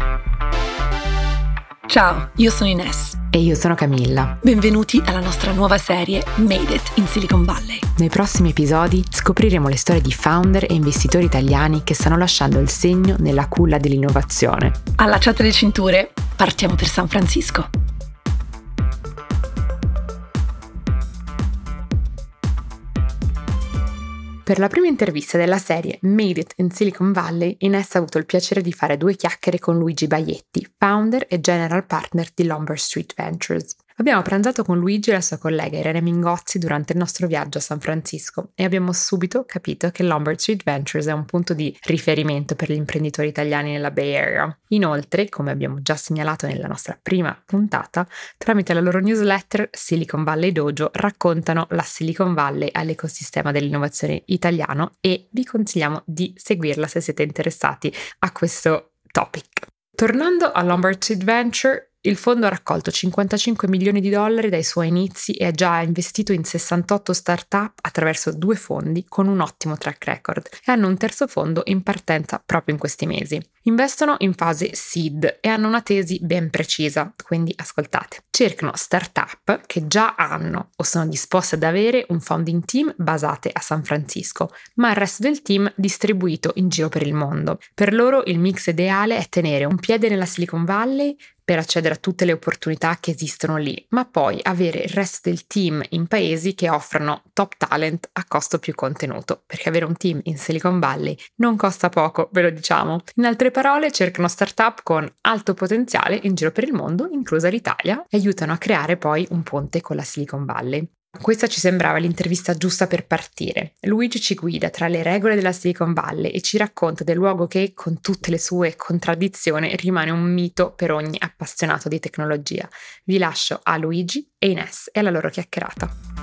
Ciao, io sono Ines. E io sono Camilla. Benvenuti alla nostra nuova serie Made It in Silicon Valley. Nei prossimi episodi scopriremo le storie di founder e investitori italiani che stanno lasciando il segno nella culla dell'innovazione. Allacciate le cinture, partiamo per San Francisco. Per la prima intervista della serie Made It in Silicon Valley, Ines ha avuto il piacere di fare 2 chiacchiere con Luigi Baietti, founder e general partner di Lombard Street Ventures. Abbiamo pranzato con Luigi e la sua collega Irene Mingozzi durante il nostro viaggio a San Francisco e abbiamo subito capito che Lombard Street Ventures è un punto di riferimento per gli imprenditori italiani nella Bay Area. Inoltre, come abbiamo già segnalato nella nostra prima puntata, tramite la loro newsletter Silicon Valley Dojo raccontano la Silicon Valley all'ecosistema dell'innovazione italiano e vi consigliamo di seguirla se siete interessati a questo topic. Tornando a Lombard Street Venture, il fondo ha raccolto $55 milioni dai suoi inizi e ha già investito in 68 start-up attraverso 2 fondi con un ottimo track record e hanno un terzo fondo in partenza proprio in questi mesi. Investono in fase seed e hanno una tesi ben precisa, quindi ascoltate. Cercano start-up che già hanno o sono disposte ad avere un founding team basate a San Francisco, ma il resto del team distribuito in giro per il mondo. Per loro il mix ideale è tenere un piede nella Silicon Valley per accedere a tutte le opportunità che esistono lì, ma poi avere il resto del team in paesi che offrono top talent a costo più contenuto, perché avere un team in Silicon Valley non costa poco, ve lo diciamo. In altre parole, cercano startup con alto potenziale in giro per il mondo, inclusa l'Italia, e aiutano a creare poi un ponte con la Silicon Valley. Questa ci sembrava l'intervista giusta per partire. Luigi ci guida tra le regole della Silicon Valley e ci racconta del luogo che, con tutte le sue contraddizioni, rimane un mito per ogni appassionato di tecnologia. Vi lascio a Luigi e Ines e alla loro chiacchierata.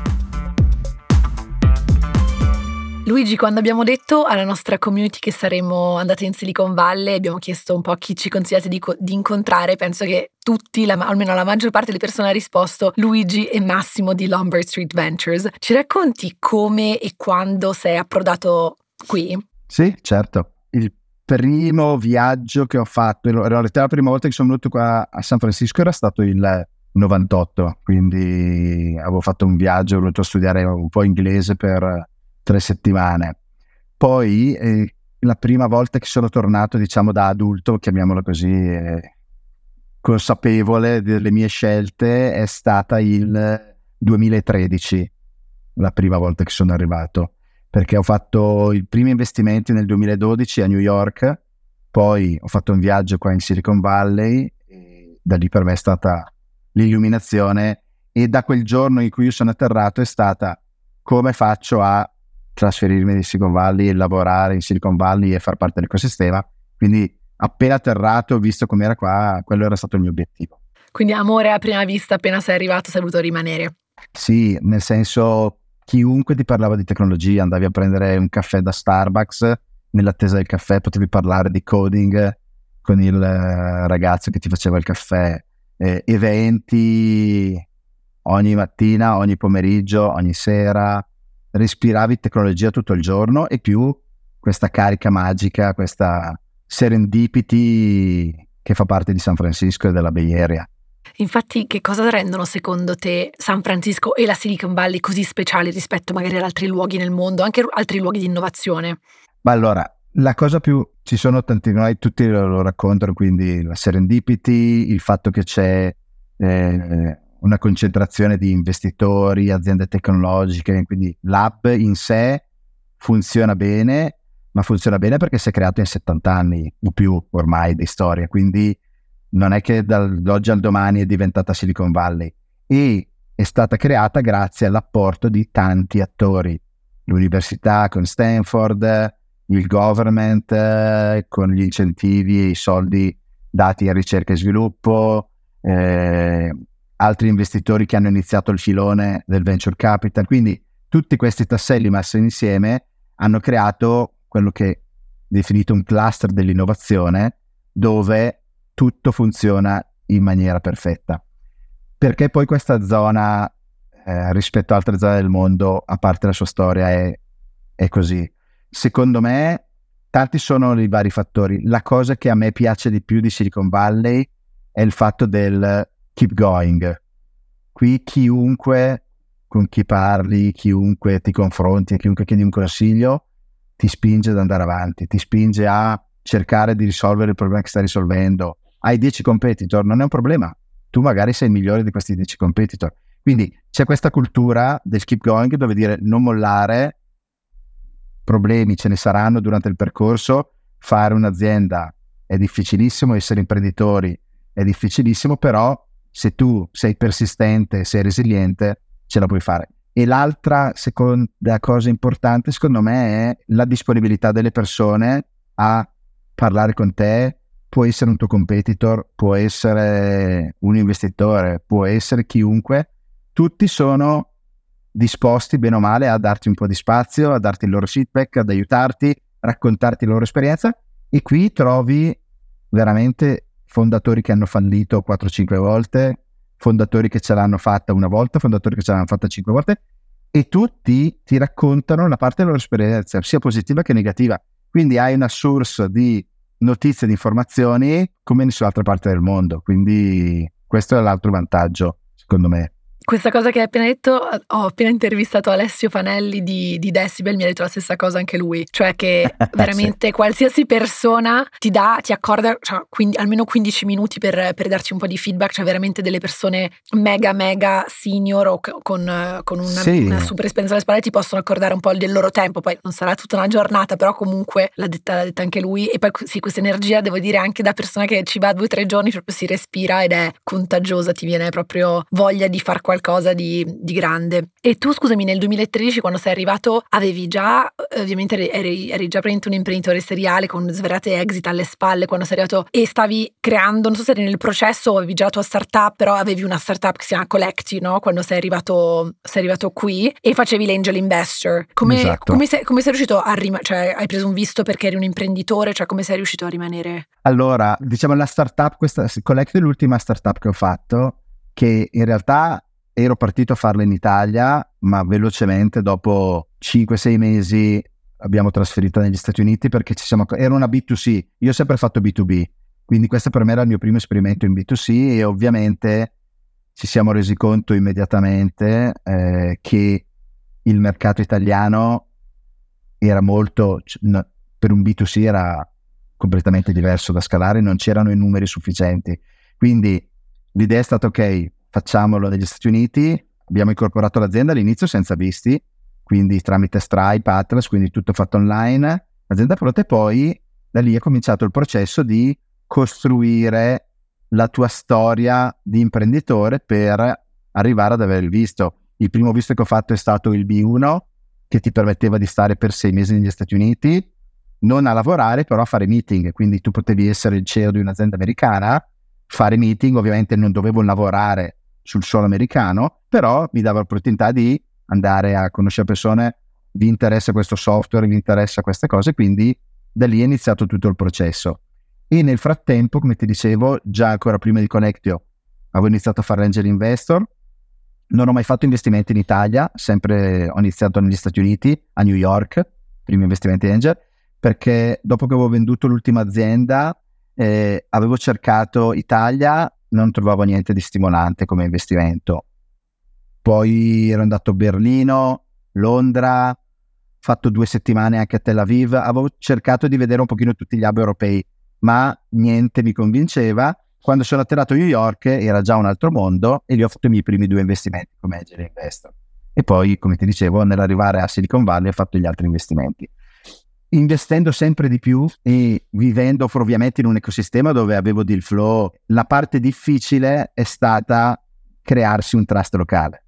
Luigi, quando abbiamo detto alla nostra community che saremmo andate in Silicon Valley, abbiamo chiesto un po' chi ci consigliate di incontrare, penso che tutti, almeno la maggior parte delle persone ha risposto Luigi e Massimo di Lombard Street Ventures. Ci racconti come e quando sei approdato qui? Sì, certo. Il primo viaggio che ho fatto, in realtà la prima volta che sono venuto qua a San Francisco era stato il 98, quindi avevo fatto un viaggio, ho voluto studiare un po' inglese per 3 settimane. Poi la prima volta che sono tornato, diciamo da adulto, chiamiamolo così, consapevole delle mie scelte, è stata il 2013, la prima volta che sono arrivato, perché ho fatto i primi investimenti nel 2012 a New York, poi ho fatto un viaggio qua in Silicon Valley e da lì per me è stata l'illuminazione, e da quel giorno in cui io sono atterrato è stata: come faccio a trasferirmi in Silicon Valley e lavorare in Silicon Valley e far parte dell'ecosistema. Quindi appena atterrato, visto com'era qua, quello era stato il mio obiettivo. Quindi amore a prima vista, appena sei arrivato sei voluto rimanere? Sì, nel senso, chiunque ti parlava di tecnologia, andavi a prendere un caffè da Starbucks, nell'attesa del caffè potevi parlare di coding con il ragazzo che ti faceva il caffè, eventi ogni mattina, ogni pomeriggio, ogni sera, respiravi tecnologia tutto il giorno, e più questa carica magica, questa serendipity che fa parte di San Francisco e della Bay Area. Infatti, che cosa rendono secondo te San Francisco e la Silicon Valley così speciali rispetto magari ad altri luoghi nel mondo, anche altri luoghi di innovazione? Ma allora, la cosa più, ci sono tanti, noi tutti lo raccontano, quindi la serendipity, il fatto che c'è una concentrazione di investitori, aziende tecnologiche, quindi l'hub in sé funziona bene, ma funziona bene perché si è creato in 70 anni o più ormai di storia, quindi non è che dall'oggi al domani è diventata Silicon Valley, e è stata creata grazie all'apporto di tanti attori, l'università con Stanford, il government con gli incentivi e i soldi dati a ricerca e sviluppo, altri investitori che hanno iniziato il filone del venture capital. Quindi tutti questi tasselli messi insieme hanno creato quello che è definito un cluster dell'innovazione, dove tutto funziona in maniera perfetta. Perché poi questa zona rispetto a altre zone del mondo, a parte la sua storia, è così? Secondo me tanti sono i vari fattori. La cosa che a me piace di più di Silicon Valley è il fatto del keep going. Qui chiunque con chi parli, chiunque ti confronti, chiunque chiedi un consiglio, ti spinge ad andare avanti, ti spinge a cercare di risolvere il problema che stai risolvendo. Hai 10 competitor, non è un problema. Tu magari sei il migliore di questi 10 competitor. Quindi c'è questa cultura del keep going, dove dire non mollare, problemi ce ne saranno durante il percorso, fare un'azienda è difficilissimo, essere imprenditori è difficilissimo, però se tu sei persistente, sei resiliente, ce la puoi fare. E l'altra seconda cosa importante secondo me è la disponibilità delle persone a parlare con te. Può essere un tuo competitor, può essere un investitore, può essere chiunque, tutti sono disposti bene o male a darti un po' di spazio, a darti il loro feedback, ad aiutarti, raccontarti la loro esperienza. E qui trovi veramente fondatori che hanno fallito 4-5 volte, fondatori che ce l'hanno fatta una volta, fondatori che ce l'hanno fatta 5 volte, e tutti ti raccontano la parte della loro esperienza, sia positiva che negativa. Quindi hai una source di notizie, di informazioni come nessun'altra parte del mondo. Quindi questo è l'altro vantaggio, secondo me. Questa cosa che hai appena detto, ho appena intervistato Alessio Fanelli di Decibel, mi ha detto la stessa cosa anche lui, cioè che veramente sì, qualsiasi persona ti accorda, cioè, almeno 15 minuti per darci un po' di feedback, cioè veramente delle persone mega senior o con una super esperienza alle spalle ti possono accordare un po' del loro tempo. Poi non sarà tutta una giornata, però comunque l'ha detta anche lui. E poi sì, questa energia, devo dire, anche da persona che ci va 2 o 3 giorni, proprio si respira ed è contagiosa, ti viene proprio voglia di far qualcosa di grande. E tu, scusami, nel 2013 quando sei arrivato avevi già, ovviamente eri già praticamente un imprenditore seriale con svariate exit alle spalle quando sei arrivato, e stavi creando, non so se eri nel processo o avevi già la tua startup, però avevi una startup che si chiama Collecti, no? Quando sei arrivato qui e facevi l'angel investor. Esatto. Come sei riuscito a cioè hai preso un visto perché eri un imprenditore, cioè come sei riuscito a rimanere? Allora, diciamo la startup, questa Collecti è l'ultima startup che ho fatto, che in realtà ero partito a farla in Italia, ma velocemente dopo 5-6 mesi abbiamo trasferito negli Stati Uniti perché era una B2C, io ho sempre fatto B2B, quindi questo per me era il mio primo esperimento in B2C e ovviamente ci siamo resi conto immediatamente che il mercato italiano era per un B2C era completamente diverso da scalare, non c'erano i numeri sufficienti, quindi l'idea è stata ok, facciamolo negli Stati Uniti. Abbiamo incorporato l'azienda all'inizio senza visti, quindi tramite Stripe, Atlas, quindi tutto fatto online, l'azienda pronta, e poi da lì è cominciato il processo di costruire la tua storia di imprenditore per arrivare ad avere il visto. Il primo visto che ho fatto è stato il B1, che ti permetteva di stare per 6 mesi negli Stati Uniti, non a lavorare, però a fare meeting, quindi tu potevi essere il CEO di un'azienda americana, fare meeting, ovviamente non dovevo lavorare sul suolo americano, però mi dava l'opportunità di andare a conoscere persone, vi interessa questo software, vi interessa queste cose, quindi da lì è iniziato tutto il processo. E nel frattempo, come ti dicevo, già ancora prima di Connectio avevo iniziato a fare l'angel investor, non ho mai fatto investimenti in Italia, sempre ho iniziato negli Stati Uniti, a New York, primi investimenti angel, perché dopo che avevo venduto l'ultima azienda avevo cercato Italia, non trovavo niente di stimolante come investimento. Poi ero andato a Berlino, Londra, fatto 2 settimane anche a Tel Aviv, avevo cercato di vedere un pochino tutti gli hub europei, ma niente mi convinceva. Quando sono atterrato a New York era già un altro mondo e lì ho fatto i miei primi 2 investimenti come angel investor. E poi, come ti dicevo, nell'arrivare a Silicon Valley ho fatto gli altri investimenti. Investendo sempre di più e vivendo ovviamente in un ecosistema dove avevo deal flow, la parte difficile è stata crearsi un trust locale,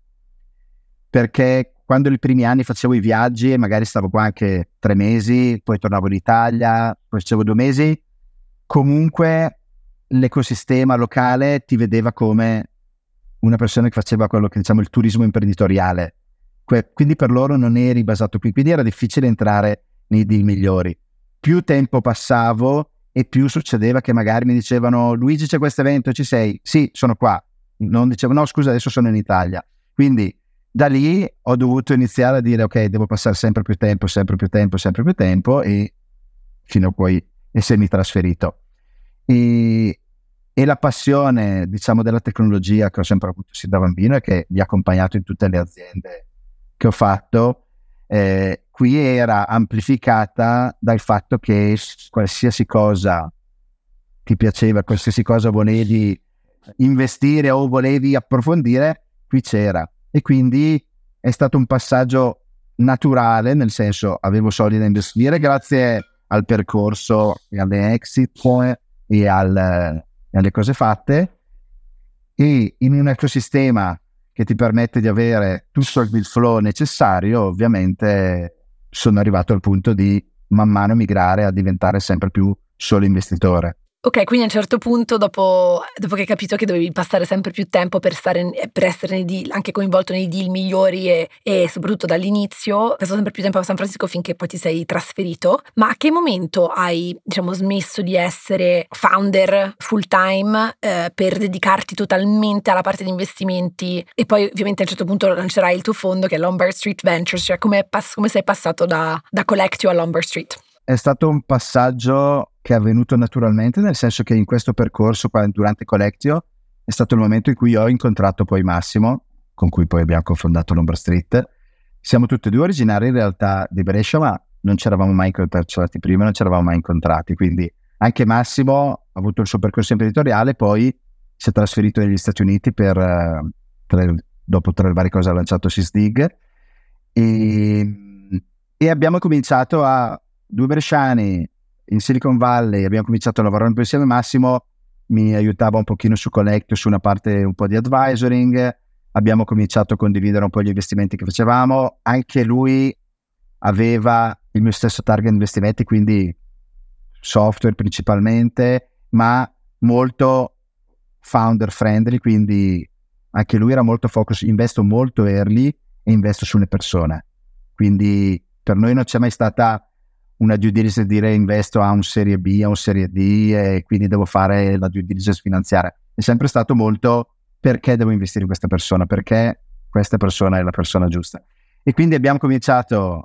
perché quando i primi anni facevo i viaggi e magari stavo qua anche 3 mesi, poi tornavo in Italia, poi facevo 2 mesi, comunque l'ecosistema locale ti vedeva come una persona che faceva quello che diciamo il turismo imprenditoriale, quindi per loro non eri basato qui, quindi era difficile entrare nei deal migliori. Più tempo passavo e più succedeva che magari mi dicevano: Luigi, c'è questo evento, ci sei? Sì, sono qua. Non dicevo no, scusa, adesso sono in Italia. Quindi da lì ho dovuto iniziare a dire ok, devo passare sempre più tempo e fino a poi essermi trasferito. E la passione, diciamo, della tecnologia che ho sempre avuto sin da bambino e che mi ha accompagnato in tutte le aziende che ho fatto, qui era amplificata dal fatto che qualsiasi cosa ti piaceva, qualsiasi cosa volevi investire o volevi approfondire, qui c'era. E quindi è stato un passaggio naturale, nel senso avevo soldi da investire grazie al percorso e alle exit e alle cose fatte, e in un ecosistema che ti permette di avere tutto il flow necessario, ovviamente sono arrivato al punto di man mano migrare a diventare sempre più solo investitore. Ok, quindi a un certo punto, dopo che hai capito che dovevi passare sempre più tempo per essere nei deal, anche coinvolto nei deal migliori e soprattutto dall'inizio, hai passato sempre più tempo a San Francisco finché poi ti sei trasferito. Ma a che momento hai, diciamo, smesso di essere founder full time per dedicarti totalmente alla parte di investimenti, e poi ovviamente a un certo punto lancerai il tuo fondo che è Lombard Street Ventures, cioè come sei passato da Collectio a Lombard Street? È stato un passaggio che è avvenuto naturalmente, nel senso che in questo percorso durante Collectio è stato il momento in cui ho incontrato poi Massimo, con cui poi abbiamo cofondato Lombard Street. Siamo tutti e due originari in realtà di Brescia, ma non ci eravamo mai incontrati prima, non ci eravamo mai incontrati, quindi anche Massimo ha avuto il suo percorso imprenditoriale, poi si è trasferito negli Stati Uniti dopo tra le varie cose ha lanciato Sysdig, e abbiamo cominciato due bresciani in Silicon Valley, abbiamo cominciato a lavorare un po' insieme. Massimo mi aiutava un pochino su Collectio, su una parte un po' di advisoring, abbiamo cominciato a condividere un po' gli investimenti che facevamo, anche lui aveva il mio stesso target investimenti, quindi software principalmente, ma molto founder friendly, quindi anche lui era molto focus, investo molto early e investo sulle persone, quindi per noi non c'è mai stata una due diligence di dire investo a un serie B, a un serie D e quindi devo fare la due diligence finanziaria. È sempre stato molto perché devo investire in questa persona, perché questa persona è la persona giusta. E quindi abbiamo cominciato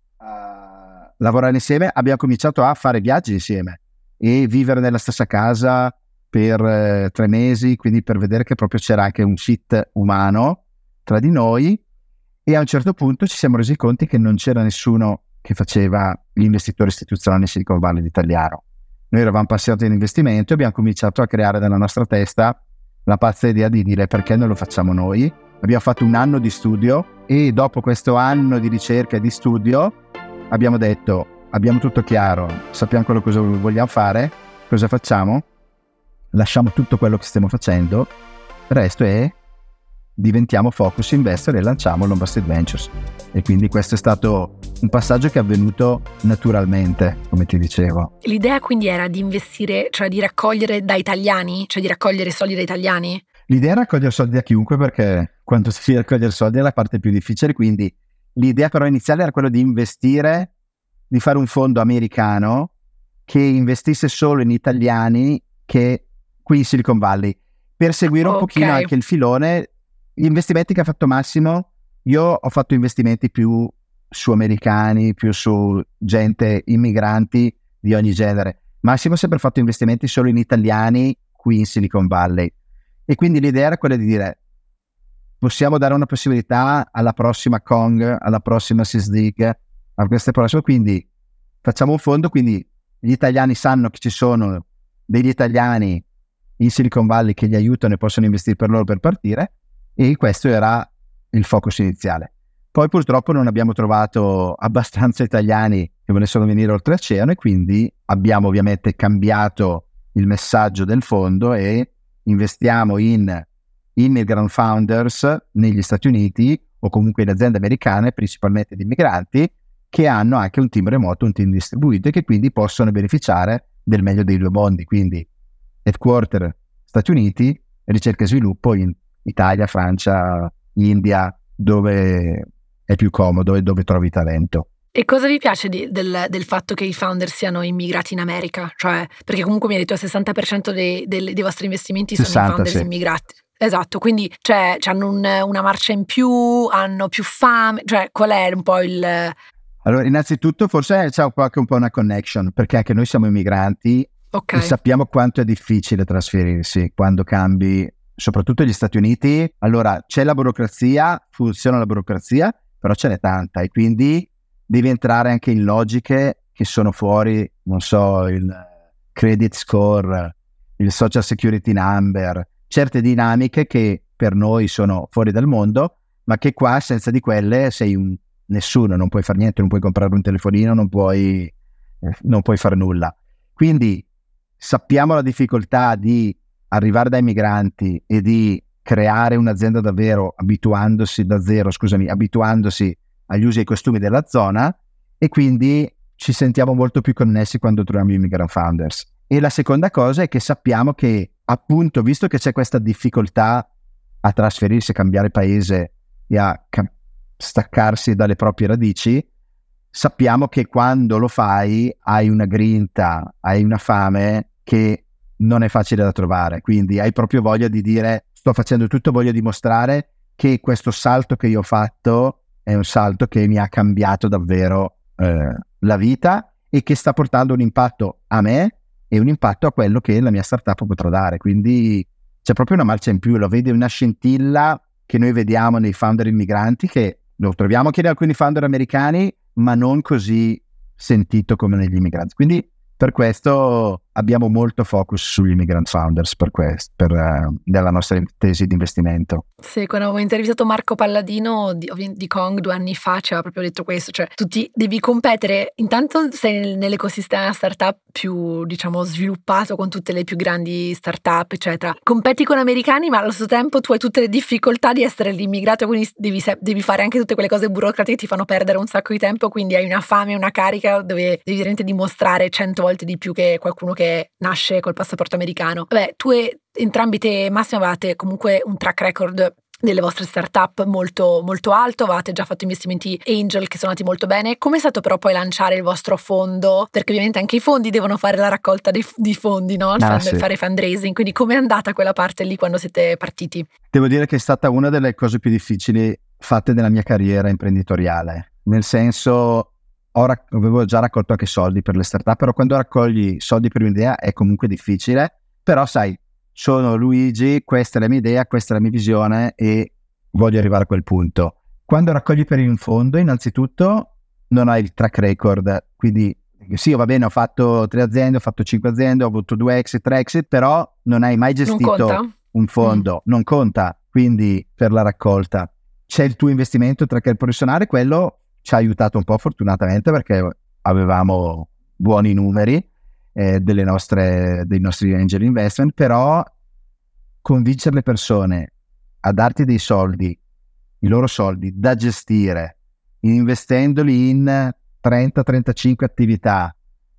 a lavorare insieme, abbiamo cominciato a fare viaggi insieme e vivere nella stessa casa per 3 mesi, quindi per vedere che proprio c'era anche un fit umano tra di noi, e a un certo punto ci siamo resi conto che non c'era nessuno che faceva l'investitore istituzionale in Silicon Valley italiano. Noi eravamo appassionati all'investimento e abbiamo cominciato a creare nella nostra testa la pazza idea di dire perché non lo facciamo noi. Abbiamo fatto un anno di studio e dopo questo anno di ricerca e di studio abbiamo detto abbiamo tutto chiaro, sappiamo quello cosa vogliamo fare, cosa facciamo? Lasciamo tutto quello che stiamo facendo, il resto è diventiamo focus investor e lanciamo Lombard Street Ventures. E quindi questo è stato un passaggio che è avvenuto naturalmente, come ti dicevo. L'idea quindi era di investire, cioè di raccogliere da italiani, cioè di raccogliere soldi da italiani? L'idea è raccogliere soldi da chiunque, perché quando si raccogliere soldi è la parte più difficile, quindi l'idea però iniziale era quella di investire, di fare un fondo americano che investisse solo in italiani che qui in Silicon Valley, per seguire un pochino anche il filone. Gli investimenti che ha fatto Massimo, io ho fatto investimenti più su americani, più su gente, immigranti di ogni genere. Massimo ha sempre fatto investimenti solo in italiani qui in Silicon Valley, e quindi l'idea era quella di dire possiamo dare una possibilità alla prossima Kong, alla prossima Sysdig, a queste prossime, quindi facciamo un fondo, quindi gli italiani sanno che ci sono degli italiani in Silicon Valley che li aiutano e possono investire per loro per partire. E questo era il focus iniziale. Poi purtroppo non abbiamo trovato abbastanza italiani che volessero venire oltreoceano, e quindi abbiamo ovviamente cambiato il messaggio del fondo e investiamo in immigrant founders negli Stati Uniti o comunque in aziende americane, principalmente di immigranti, che hanno anche un team remoto, un team distribuito, e che quindi possono beneficiare del meglio dei due mondi, quindi headquarter Stati Uniti, ricerca e sviluppo in Italia, Francia, India, dove è più comodo e dove trovi talento. E cosa vi piace del fatto che i founder siano immigrati in America? Cioè, perché comunque mi hai detto il 60% dei vostri investimenti sono 60, in founders immigrati. Esatto, quindi cioè, hanno una marcia in più, hanno più fame, cioè qual è un po' il... Allora, innanzitutto forse c'è anche un po' una connection, perché anche noi siamo immigranti e sappiamo quanto è difficile trasferirsi quando cambi, soprattutto negli Stati Uniti. Allora, c'è la burocrazia, funziona la burocrazia, però ce n'è tanta e quindi devi entrare anche in logiche che sono fuori, non so, il credit score, il social security number, certe dinamiche che per noi sono fuori dal mondo, ma che qua senza di quelle sei nessuno, non puoi fare niente, non puoi comprare un telefonino, non puoi fare nulla. Quindi sappiamo la difficoltà di arrivare da migranti e di creare un'azienda davvero abituandosi agli usi e ai costumi della zona, e quindi ci sentiamo molto più connessi quando troviamo gli immigrant founders. E la seconda cosa è che sappiamo che, appunto, visto che c'è questa difficoltà a trasferirsi, a cambiare paese e a staccarsi dalle proprie radici, sappiamo che quando lo fai hai una grinta, hai una fame che non è facile da trovare, quindi hai proprio voglia di dire sto facendo tutto, voglio dimostrare che questo salto che io ho fatto è un salto che mi ha cambiato davvero la vita e che sta portando un impatto a me e un impatto a quello che la mia startup potrà dare. Quindi c'è proprio una marcia in più, lo vedi, una scintilla che noi vediamo nei founder immigranti, che lo troviamo anche in alcuni founder americani, ma non così sentito come negli immigranti. Quindi per questo abbiamo molto focus sugli immigrant founders nella nostra tesi di investimento. Sì, quando avevo intervistato Marco Palladino di Kong 2 anni fa, ci aveva proprio detto questo, cioè devi competere, intanto sei nell'ecosistema startup più, diciamo, sviluppato con tutte le più grandi startup, eccetera. Competi con americani, ma allo stesso tempo tu hai tutte le difficoltà di essere l'immigrato, quindi devi fare anche tutte quelle cose burocratiche che ti fanno perdere un sacco di tempo, quindi hai una fame, una carica dove devi veramente dimostrare 100 volte di più che qualcuno che nasce col passaporto americano. Vabbè, entrambi te e Massimo avevate comunque un track record delle vostre startup molto, molto alto, avevate già fatto investimenti angel che sono andati molto bene. Come è stato però poi lanciare il vostro fondo? Perché ovviamente anche i fondi devono fare la raccolta di fondi, no? Sì. Fare fundraising, quindi com'è andata quella parte lì quando siete partiti? Devo dire che è stata una delle cose più difficili fatte nella mia carriera imprenditoriale, nel senso avevo già raccolto anche soldi per le startup, però quando raccogli soldi per un'idea è comunque difficile, però sai, sono Luigi, questa è la mia idea, questa è la mia visione e voglio arrivare a quel punto. Quando raccogli per un fondo, innanzitutto non hai il track record, quindi sì, va bene, ho fatto 3 aziende, ho fatto 5 aziende, ho avuto 2 exit, 3 exit, però non hai mai gestito un fondo, non conta, quindi per la raccolta c'è il tuo investimento tracker professionale, quello ci ha aiutato un po' fortunatamente perché avevamo buoni numeri dei nostri angel investment, però convincere le persone a darti dei soldi, i loro soldi da gestire, investendoli in 30-35 attività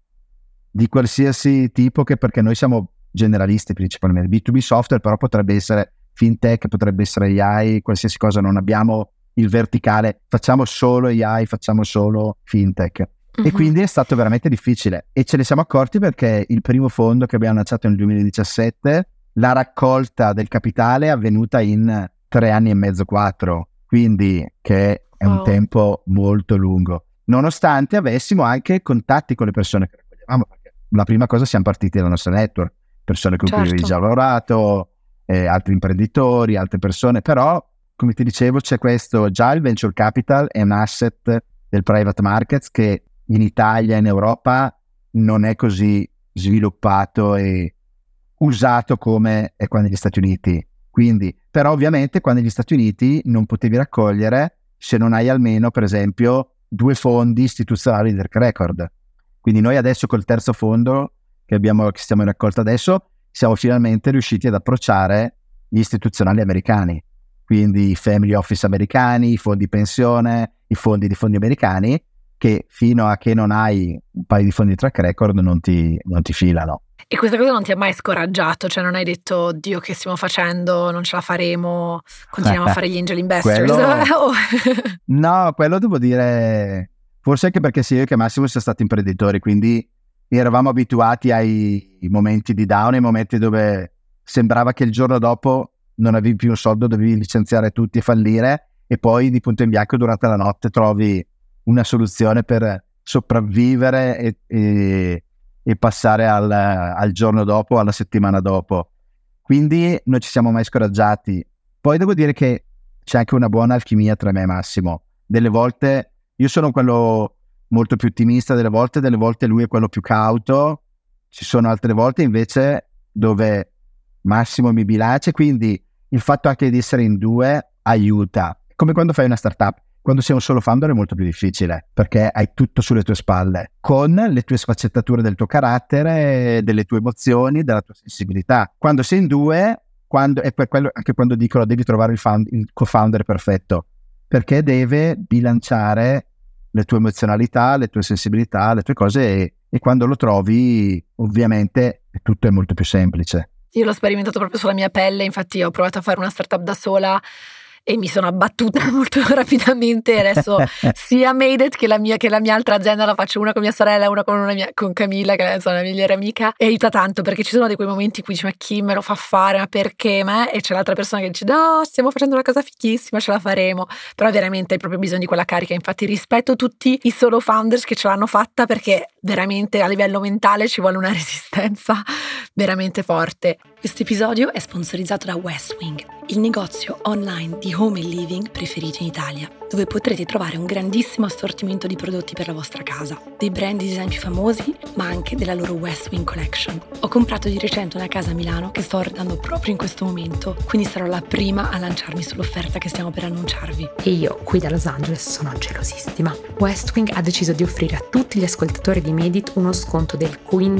di qualsiasi tipo, che perché noi siamo generalisti principalmente, B2B software, però potrebbe essere fintech, potrebbe essere AI, qualsiasi cosa, non abbiamo il verticale, facciamo solo AI, facciamo solo fintech. E quindi è stato veramente difficile e ce ne siamo accorti perché il primo fondo che abbiamo lanciato nel 2017, la raccolta del capitale è avvenuta in 3 anni e mezzo, 4, quindi che è un tempo molto lungo, nonostante avessimo anche contatti con le persone che raccoglievamo, perché la prima cosa siamo partiti dalla nostra network, persone con cui avevi già lavorato, altri imprenditori, altre persone, però come ti dicevo c'è questo, già il venture capital è un asset del private markets che in Italia e in Europa non è così sviluppato e usato come è qua negli Stati Uniti. Quindi, però ovviamente qua negli Stati Uniti non potevi raccogliere se non hai almeno, per esempio, 2 fondi istituzionali del record. Quindi noi adesso col terzo fondo che stiamo in raccolta adesso, siamo finalmente riusciti ad approcciare gli istituzionali americani, quindi i family office americani, i fondi pensione, i fondi di fondi americani, che fino a che non hai un paio di fondi di track record non ti filano. E questa cosa non ti ha mai scoraggiato? Cioè non hai detto, oddio, che stiamo facendo, non ce la faremo, continuiamo a fare gli angel investors? No, quello devo dire, forse anche perché sia io che Massimo siamo stati imprenditori, quindi eravamo abituati ai momenti di down, ai momenti dove sembrava che il giorno dopo non avevi più un soldo, dovevi licenziare tutti e fallire, e poi di punto in bianco durante la notte trovi una soluzione per sopravvivere e passare al giorno dopo, alla settimana dopo. Quindi non ci siamo mai scoraggiati. Poi devo dire che c'è anche una buona alchimia tra me e Massimo. Delle volte io sono quello molto più ottimista, delle volte lui è quello più cauto. Ci sono altre volte invece dove Massimo mi bilancia, quindi il fatto anche di essere in due aiuta. Come quando fai una startup, quando sei un solo founder è molto più difficile perché hai tutto sulle tue spalle, con le tue sfaccettature del tuo carattere, delle tue emozioni, della tua sensibilità. Quando sei in due, anche quando dicono devi trovare il co-founder perfetto, perché deve bilanciare le tue emozionalità, le tue sensibilità, le tue cose e quando lo trovi ovviamente tutto è molto più semplice. Io l'ho sperimentato proprio sulla mia pelle, infatti ho provato a fare una startup da sola e mi sono abbattuta molto rapidamente. Adesso sia Made It che la mia altra azienda la faccio una con mia sorella, una con Camilla, che è la mia migliore amica, e aiuta tanto perché ci sono quei momenti in cui dici ma chi me lo fa fare, ma perché me? E c'è l'altra persona che dice no, stiamo facendo una cosa fighissima, ce la faremo. Però veramente hai proprio bisogno di quella carica. Infatti rispetto tutti i solo founders che ce l'hanno fatta, perché veramente a livello mentale ci vuole una resistenza veramente forte. Questo episodio è sponsorizzato da Westwing, il negozio online di home e living preferito in Italia, dove potrete trovare un grandissimo assortimento di prodotti per la vostra casa, dei brand di design più famosi, ma anche della loro Westwing Collection. Ho comprato di recente una casa a Milano che sto ordinando proprio in questo momento, quindi sarò la prima a lanciarmi sull'offerta che stiamo per annunciarvi. E io, qui da Los Angeles, sono gelosissima. Westwing ha deciso di offrire a tutti gli ascoltatori di Made It uno sconto del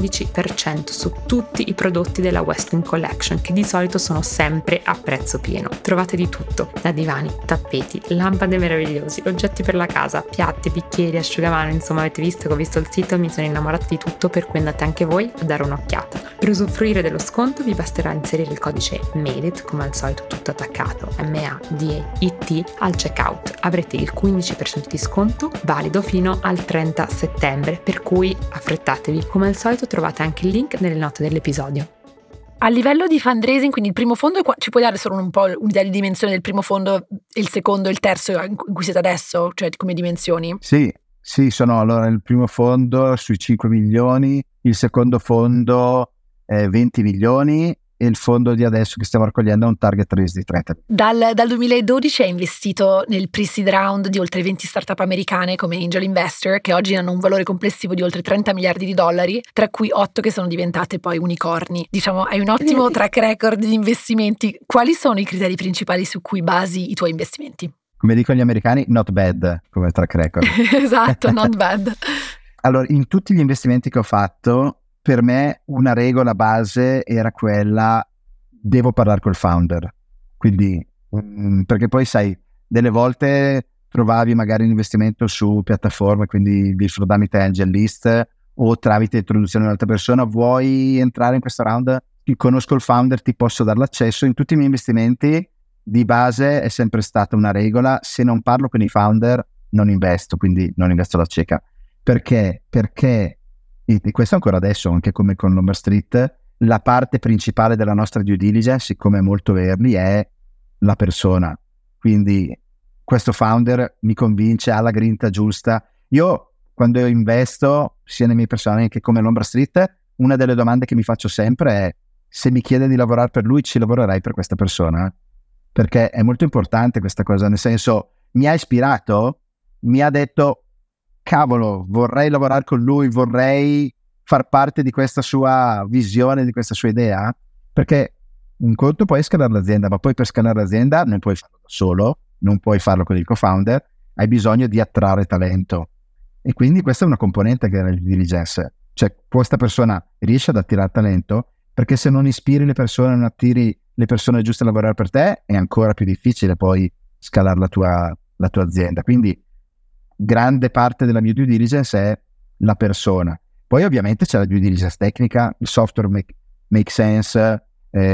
15% su tutti i prodotti della Westwing Collection, che di solito sono sempre a prezzo pieno. Trovate di tutto, da divani, tappeti, lampade meravigliosi, oggetti per la casa, piatti, bicchieri, asciugamano, insomma avete visto che ho visto il sito e mi sono innamorata di tutto, per cui andate anche voi a dare un'occhiata. Per usufruire dello sconto vi basterà inserire il codice MADEIT, come al solito tutto attaccato, MADEIT, al checkout. Avrete il 15% di sconto, valido fino al 30 settembre, per cui affrettatevi. Come al solito trovate anche il link nelle note dell'episodio. A livello di fundraising, quindi il primo fondo, ci puoi dare solo un po' un'idea di dimensione del primo fondo, il secondo e il terzo in cui siete adesso, cioè come dimensioni? Sì, sono allora il primo fondo sui 5 milioni, il secondo fondo 20 milioni e il fondo di adesso che stiamo raccogliendo ha un target raise di 30. Dal 2012 hai investito nel pre-seed round di oltre 20 startup americane come angel investor, che oggi hanno un valore complessivo di oltre 30 miliardi di dollari, tra cui 8 che sono diventate poi unicorni. Diciamo, hai un ottimo track record di investimenti. Quali sono i criteri principali su cui basi i tuoi investimenti? Come dicono gli americani, not bad come track record. Esatto, not bad. Allora, in tutti gli investimenti che ho fatto, per me una regola base era quella: devo parlare col founder. Quindi, perché poi sai, delle volte trovavi magari un investimento su piattaforme, quindi il Tramite Angel List o tramite introduzione di un'altra persona, vuoi entrare in questo round? Conosco il founder, ti posso dare l'accesso. In tutti i miei investimenti di base è sempre stata una regola: se non parlo con i founder non investo, quindi non investo alla cieca. Perché? Perché, e questo ancora adesso, anche come con Lombard Street, la parte principale della nostra due diligence, siccome è molto early, è la persona. Quindi questo founder mi convince, ha la grinta giusta. Io quando investo, sia nei miei personali che come Lombard Street, una delle domande che mi faccio sempre è: se mi chiede di lavorare per lui, ci lavorerai per questa persona? Perché è molto importante questa cosa, nel senso, mi ha ispirato, mi ha detto cavolo, vorrei lavorare con lui, vorrei far parte di questa sua visione, di questa sua idea, perché un conto puoi scalare l'azienda, ma poi per scalare l'azienda non puoi farlo da solo, non puoi farlo con il co-founder, hai bisogno di attrarre talento. E quindi questa è una componente che è la due diligence, cioè questa persona riesce ad attirare talento, perché se non ispiri le persone, non attiri le persone giuste a lavorare per te, è ancora più difficile poi scalare la tua azienda. Quindi grande parte della mia due diligence è la persona. Poi ovviamente c'è la due diligence tecnica, il software make sense,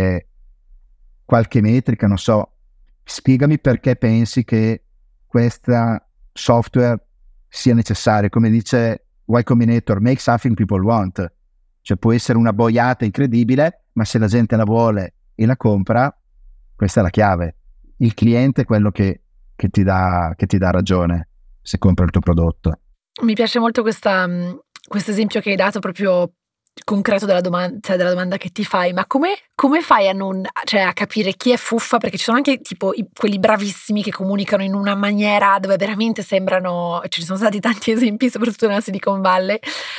qualche metrica, non so. Spiegami perché pensi che questa software sia necessario. Come dice Y Combinator, make something people want. Cioè può essere una boiata incredibile, ma se la gente la vuole e la compra, questa è la chiave. Il cliente è quello che ti dà ragione. se compra il tuo prodotto. Mi piace molto questo esempio che hai dato proprio concreto della domanda che ti fai, ma come fai a capire chi è fuffa? Perché ci sono anche tipo quelli bravissimi che comunicano in una maniera dove veramente sembrano, ci sono stati tanti esempi soprattutto nella Silicon Valley,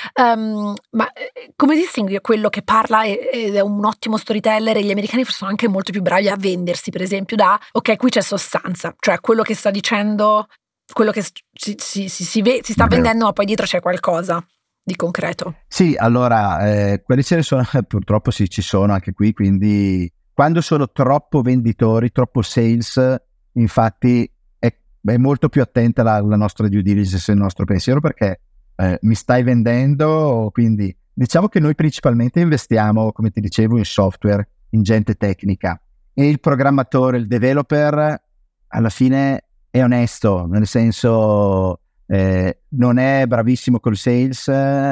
ma come distingui quello che parla ed è un ottimo storyteller, e gli americani sono anche molto più bravi a vendersi, per esempio, ok, qui c'è sostanza, cioè quello che sta dicendo, quello che si sta vendendo, ma poi dietro c'è qualcosa di concreto. Sì, allora, quelli ce ne sono, purtroppo sì, ci sono anche qui, quindi quando sono troppo venditori, troppo sales, infatti è molto più attenta la nostra due diligence, il nostro pensiero, perché mi stai vendendo, quindi diciamo che noi principalmente investiamo, come ti dicevo, in software, in gente tecnica, e il programmatore, il developer, alla fine è onesto, nel senso non è bravissimo col sales,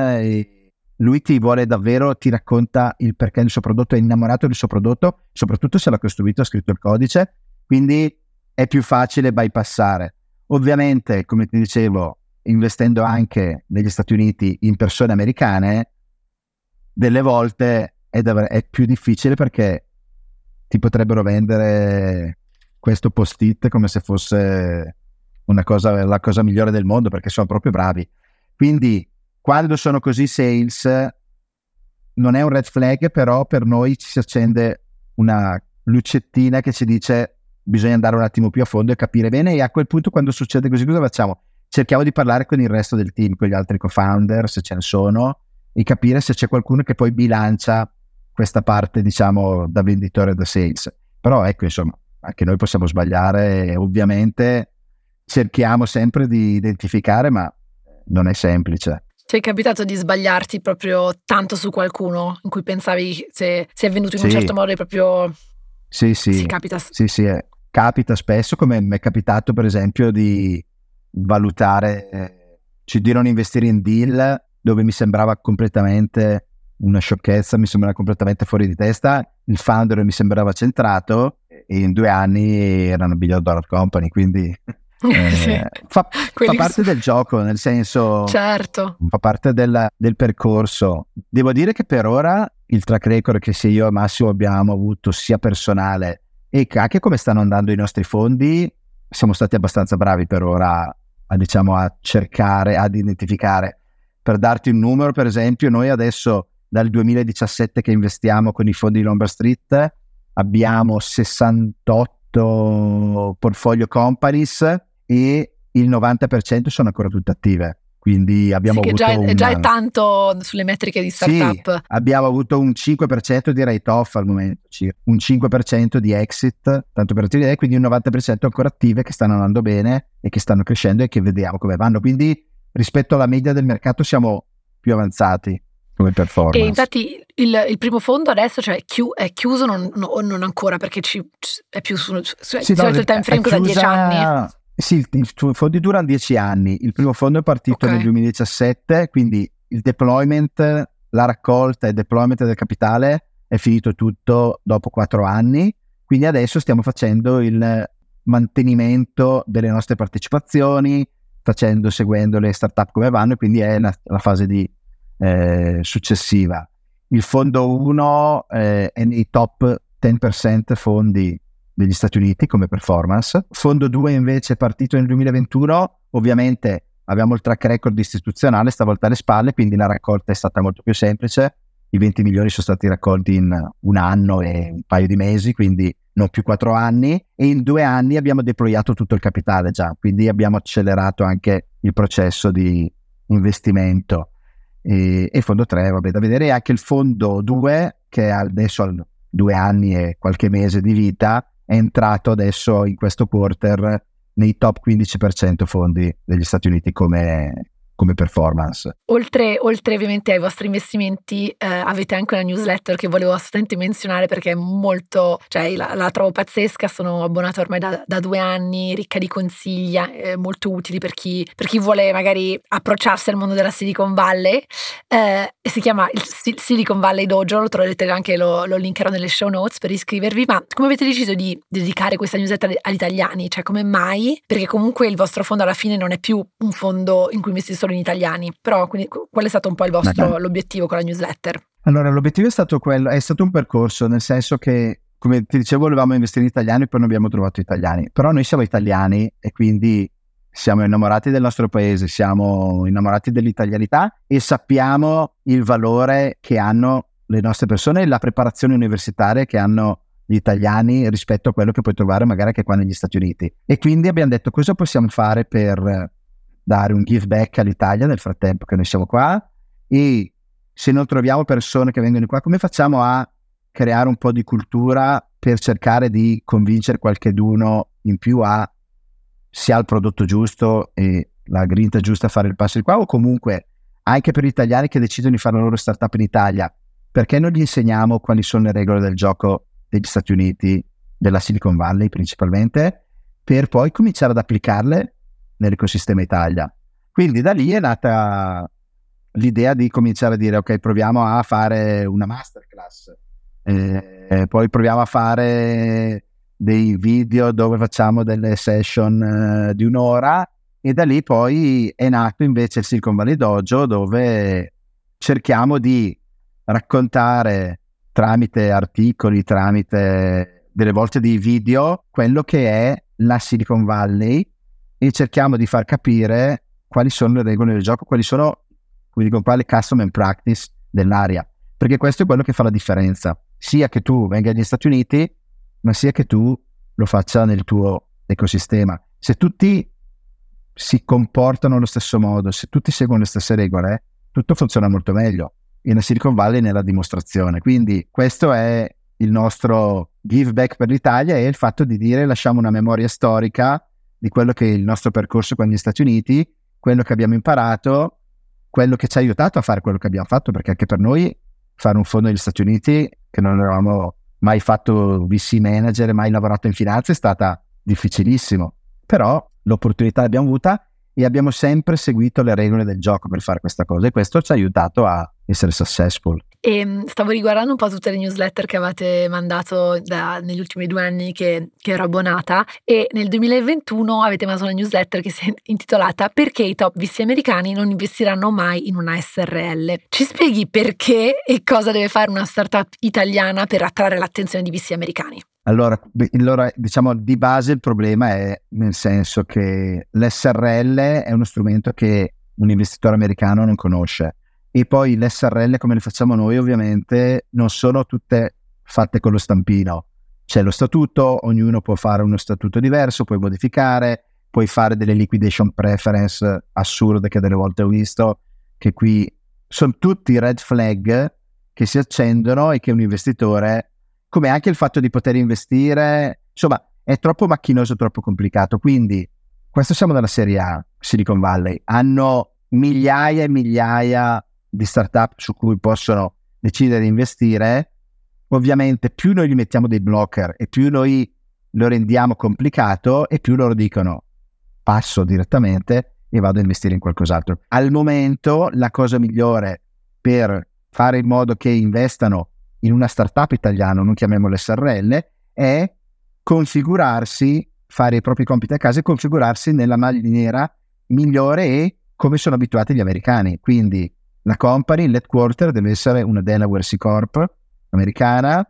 lui ti vuole davvero, ti racconta il perché del suo prodotto, è innamorato del suo prodotto, soprattutto se l'ha costruito, ha scritto il codice, quindi è più facile bypassare. Ovviamente, come ti dicevo, investendo anche negli Stati Uniti in persone americane, delle volte è più difficile, perché ti potrebbero vendere questo post-it come se fosse la cosa migliore del mondo, perché sono proprio bravi. Quindi quando sono così sales non è un red flag, però per noi ci si accende una lucettina che ci dice bisogna andare un attimo più a fondo e capire bene, e a quel punto, quando succede così, cosa facciamo? Cerchiamo di parlare con il resto del team, con gli altri co-founder, se ce ne sono, e capire se c'è qualcuno che poi bilancia questa parte, diciamo, da venditore e da sales. Però ecco, insomma, anche noi possiamo sbagliare, e ovviamente cerchiamo sempre di identificare, ma non è semplice. Ti è capitato di sbagliarti proprio tanto su qualcuno in cui pensavi se è venuto in un certo modo, e proprio sì, capita? Sì, capita spesso, come mi è capitato per esempio di valutare, di non investire in deal dove mi sembrava completamente una sciocchezza, mi sembrava completamente fuori di testa, il founder mi sembrava centrato, e in 2 anni era una $1 billion company, quindi sì. fa parte del gioco, nel senso, certo, fa parte del percorso. Devo dire che per ora il track record che sia io e Massimo abbiamo avuto, sia personale e anche come stanno andando i nostri fondi, siamo stati abbastanza bravi per ora a cercare, ad identificare. Per darti un numero, per esempio, noi adesso dal 2017 che investiamo con i fondi di Lombard Street abbiamo 68 portfolio companies, e il 90% sono ancora tutte attive. Quindi abbiamo avuto già è tanto sulle metriche di startup. Sì, abbiamo avuto un 5% di write-off al momento, un 5% di exit, tanto per dire, quindi un 90% ancora attive, che stanno andando bene e che stanno crescendo e che vediamo come vanno. Quindi rispetto alla media del mercato siamo più avanzati come performance. E infatti il primo fondo adesso, cioè, è chiuso, non ancora, perché è più il time frame, cosa, 10 anni? Sì, i fondi durano 10 anni. Il primo fondo è partito nel 2017, quindi il deployment, la raccolta e il deployment del capitale è finito tutto dopo 4 anni. Quindi adesso stiamo facendo il mantenimento delle nostre partecipazioni, seguendo le startup come vanno, e quindi è la fase successiva. Il fondo 1 è nei top 10% fondi degli Stati Uniti come performance. Fondo 2 invece è partito nel 2021, ovviamente abbiamo il track record istituzionale stavolta alle spalle, quindi la raccolta è stata molto più semplice. I 20 milioni sono stati raccolti in 1 anno e un paio di mesi, quindi non più 4 anni, e in 2 anni abbiamo deployato tutto il capitale già, quindi abbiamo accelerato anche il processo di investimento. E fondo 3, vabbè, da vedere. Anche il fondo 2, che adesso ha 2 anni e qualche mese di vita, è entrato adesso in questo quarter nei top 15% fondi degli Stati Uniti come come performance. Oltre ovviamente ai vostri investimenti, avete anche una newsletter che volevo assolutamente menzionare perché è molto, cioè la trovo pazzesca, sono abbonata ormai da 2 anni, ricca di consigli, molto utili per chi vuole magari approcciarsi al mondo della Silicon Valley, si chiama il Silicon Valley Dojo, lo troverete anche, lo linkerò nelle show notes per iscrivervi. Ma come avete deciso di dedicare questa newsletter agli italiani? Cioè, come mai? Perché comunque il vostro fondo alla fine non è più un fondo in cui investite solo in italiani, però quindi qual è stato un po' l'obiettivo con la newsletter? Allora, l'obiettivo è stato un percorso, nel senso che, come ti dicevo, volevamo investire in italiani, poi non abbiamo trovato italiani, però noi siamo italiani e quindi siamo innamorati del nostro paese, siamo innamorati dell'italianità e sappiamo il valore che hanno le nostre persone e la preparazione universitaria che hanno gli italiani rispetto a quello che puoi trovare magari anche qua negli Stati Uniti. E quindi abbiamo detto: cosa possiamo fare per dare un give back all'Italia nel frattempo che noi siamo qua, e se non troviamo persone che vengono qua, come facciamo a creare un po' di cultura per cercare di convincere qualcheduno in più a sia il prodotto giusto e la grinta giusta a fare il passo di qua, o comunque anche per gli italiani che decidono di fare la loro startup in Italia, perché non gli insegniamo quali sono le regole del gioco degli Stati Uniti, della Silicon Valley principalmente, per poi cominciare ad applicarle nell'ecosistema Italia. Quindi da lì è nata l'idea di cominciare a dire: ok, proviamo a fare una masterclass, poi proviamo a fare dei video dove facciamo delle session di 1 ora, e da lì poi è nato invece il Silicon Valley Dojo, dove cerchiamo di raccontare tramite articoli, tramite delle volte dei video, quello che è la Silicon Valley, e cerchiamo di far capire quali sono le regole del gioco, quali sono, come dico qua, le custom and practice dell'area, perché questo è quello che fa la differenza, sia che tu venga negli Stati Uniti, ma sia che tu lo faccia nel tuo ecosistema. Se tutti si comportano allo stesso modo, se tutti seguono le stesse regole, tutto funziona molto meglio. E la Silicon Valley nella dimostrazione. Quindi questo è il nostro give back per l'Italia, e il fatto di dire: lasciamo una memoria storica di quello che è il nostro percorso con gli Stati Uniti, quello che abbiamo imparato, quello che ci ha aiutato a fare quello che abbiamo fatto, perché anche per noi fare un fondo negli Stati Uniti, che non avevamo mai fatto VC manager, mai lavorato in finanza, è stata difficilissimo, però l'opportunità l'abbiamo avuta e abbiamo sempre seguito le regole del gioco per fare questa cosa, e questo ci ha aiutato a essere successful. E stavo riguardando un po' tutte le newsletter che avete mandato negli ultimi 2 anni che ero abbonata, e nel 2021 avete mandato una newsletter che si è intitolata "Perché i top VC americani non investiranno mai in una SRL". Ci spieghi perché e cosa deve fare una startup italiana per attrarre l'attenzione di VC americani? Allora, diciamo di base il problema è nel senso che l'SRL è uno strumento che un investitore americano non conosce, e poi le SRL come le facciamo noi ovviamente non sono tutte fatte con lo stampino. C'è lo statuto, ognuno può fare uno statuto diverso, puoi modificare, puoi fare delle liquidation preference assurde che delle volte ho visto, che qui sono tutti red flag che si accendono, e che un investitore, come anche il fatto di poter investire, insomma è troppo macchinoso, troppo complicato. Quindi questo, siamo nella serie A, Silicon Valley, hanno migliaia e migliaia di startup su cui possono decidere di investire. Ovviamente più noi gli mettiamo dei blocker e più noi lo rendiamo complicato, e più loro dicono: passo direttamente e vado a investire in qualcos'altro. Al momento la cosa migliore per fare in modo che investano in una startup italiana, non chiamiamole SRL, è configurarsi, fare i propri compiti a casa e configurarsi nella maniera migliore e come sono abituati gli americani. Quindi la company, l'headquarter deve essere una Delaware C Corp americana,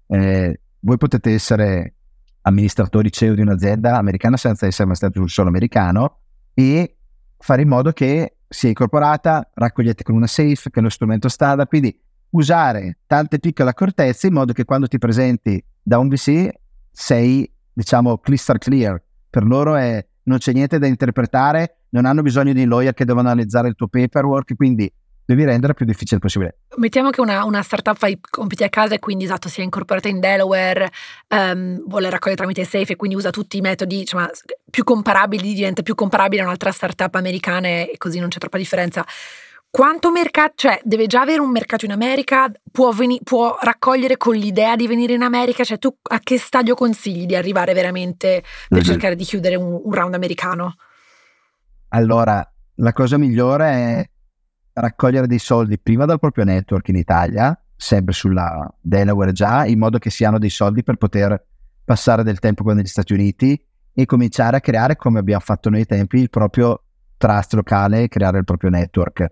voi potete essere amministratori CEO di un'azienda americana senza essere mai stato un solo americano, e fare in modo che sia incorporata, raccogliete con una safe, che è lo strumento standard. Quindi usare tante piccole accortezze in modo che quando ti presenti da un VC sei, diciamo, crystal clear. Per loro non c'è niente da interpretare, non hanno bisogno di lawyer che devono analizzare il tuo paperwork, quindi devi rendere più difficile possibile. Mettiamo che una startup fa i compiti a casa e quindi esatto si è incorporata in Delaware, vuole raccogliere tramite Safe e quindi usa tutti i metodi più comparabili, diventa più comparabile a un'altra startup americana e così non c'è troppa differenza. Quanto mercato, cioè deve già avere un mercato in America, può raccogliere con l'idea di venire in America, cioè tu a che stadio consigli di arrivare veramente per cercare di chiudere un round americano? Allora, la cosa migliore è raccogliere dei soldi prima dal proprio network in Italia, sempre sulla Delaware già, in modo che si hanno dei soldi per poter passare del tempo con negli Stati Uniti e cominciare a creare, come abbiamo fatto noi ai tempi, il proprio trust locale, creare il proprio network.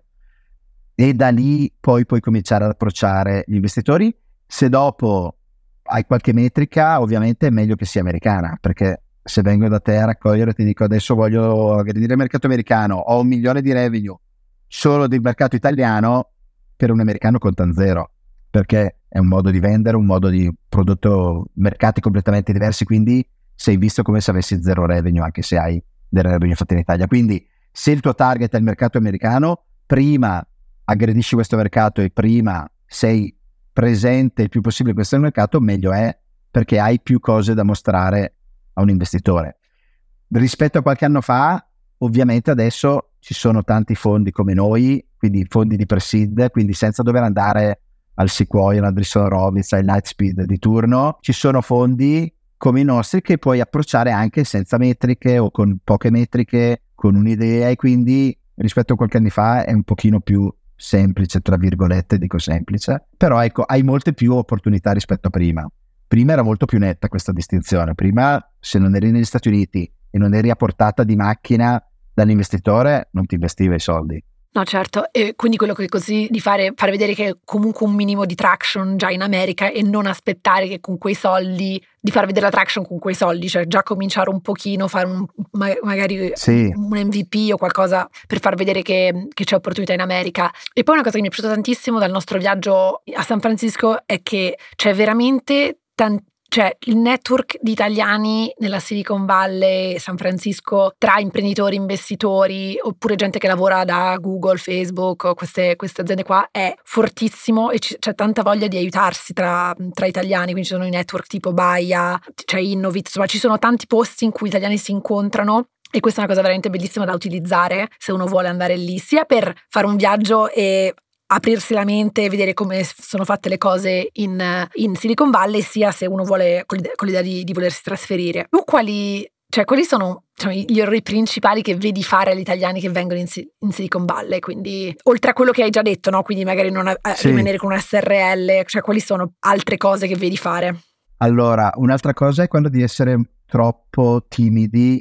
E da lì poi puoi cominciare ad approcciare gli investitori. Se dopo hai qualche metrica, ovviamente è meglio che sia americana, perché se vengo da te a raccogliere ti dico adesso voglio aggredire il mercato americano, ho 1 milione di revenue solo del mercato italiano, per un americano conta zero, perché è un modo di vendere, un modo di prodotto, mercati completamente diversi, quindi sei visto come se avessi zero revenue anche se hai del revenue fatto in Italia. Quindi se il tuo target è il mercato americano, prima aggredisci questo mercato e prima sei presente il più possibile in questo mercato, meglio è, perché hai più cose da mostrare a un investitore. Rispetto a qualche anno fa, ovviamente adesso ci sono tanti fondi come noi, quindi fondi di pre-seed, quindi senza dover andare al Sequoia, all'Andreessen Horowitz, al Lightspeed di turno, ci sono fondi come i nostri che puoi approcciare anche senza metriche o con poche metriche, con un'idea, e quindi rispetto a qualche anno fa è un pochino più semplice, tra virgolette, dico semplice, però ecco, hai molte più opportunità rispetto a prima. Prima era molto più netta questa distinzione. Prima, se non eri negli Stati Uniti e non eri a portata di macchina dall'investitore, non ti investiva i soldi. No, certo, e quindi quello che consigli di fare vedere che comunque un minimo di traction già in America e non aspettare che con quei soldi, di far vedere la traction con quei soldi, cioè già cominciare un pochino, fare magari sì, un MVP o qualcosa per far vedere che c'è opportunità in America. E poi una cosa che mi è piaciuta tantissimo dal nostro viaggio a San Francisco è che c'è veramente cioè il network di italiani nella Silicon Valley, San Francisco, tra imprenditori, investitori, oppure gente che lavora da Google, Facebook, queste aziende qua, è fortissimo e c'è tanta voglia di aiutarsi tra italiani, quindi ci sono i network tipo Baia, c'è Innovit, insomma ci sono tanti posti in cui italiani si incontrano. E questa è una cosa veramente bellissima da utilizzare se uno vuole andare lì, sia per fare un viaggio e aprirsi la mente e vedere come sono fatte le cose in Silicon Valley, sia se uno vuole con l'idea di volersi trasferire. Tu quali sono gli errori principali che vedi fare agli italiani che vengono in Silicon Valley? Quindi oltre a quello che hai già detto, no? Quindi magari non rimanere con un SRL, cioè quali sono altre cose che vedi fare? Allora, un'altra cosa è quello di essere troppo timidi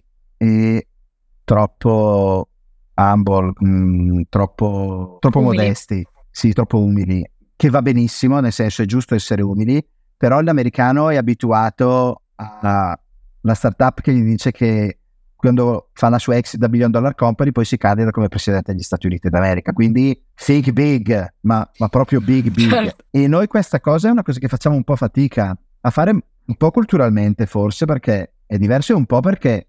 e troppo humble, troppo modesti. Sì, troppo umili, che va benissimo, nel senso è giusto essere umili, però l'americano è abituato alla startup che gli dice che quando fa la sua exit da $1 billion company poi si candida come presidente degli Stati Uniti d'America, quindi think big, ma proprio big. Certo. E noi questa cosa è una cosa che facciamo un po' fatica a fare, un po' culturalmente forse, perché è diverso, e un po' perché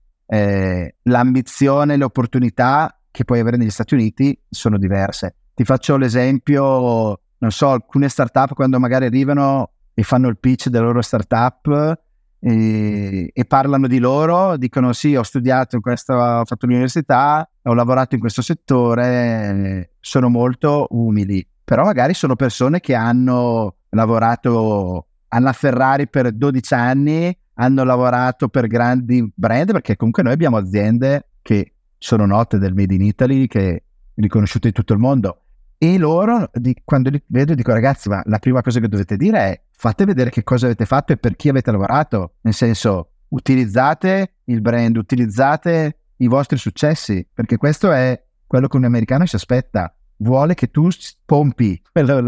l'ambizione e le opportunità che puoi avere negli Stati Uniti sono diverse. Ti faccio l'esempio, non so, alcune startup quando magari arrivano e fanno il pitch della loro startup e parlano di loro, dicono sì, ho studiato in questo, ho fatto l'università, ho lavorato in questo settore, sono molto umili, però magari sono persone che hanno lavorato alla Ferrari per 12 anni, hanno lavorato per grandi brand, perché comunque noi abbiamo aziende che sono note del Made in Italy, che riconosciute in tutto il mondo. E loro, quando li vedo, dico ragazzi, ma la prima cosa che dovete dire è fate vedere che cosa avete fatto e per chi avete lavorato, nel senso utilizzate il brand, utilizzate i vostri successi, perché questo è quello che un americano si aspetta, vuole che tu pompi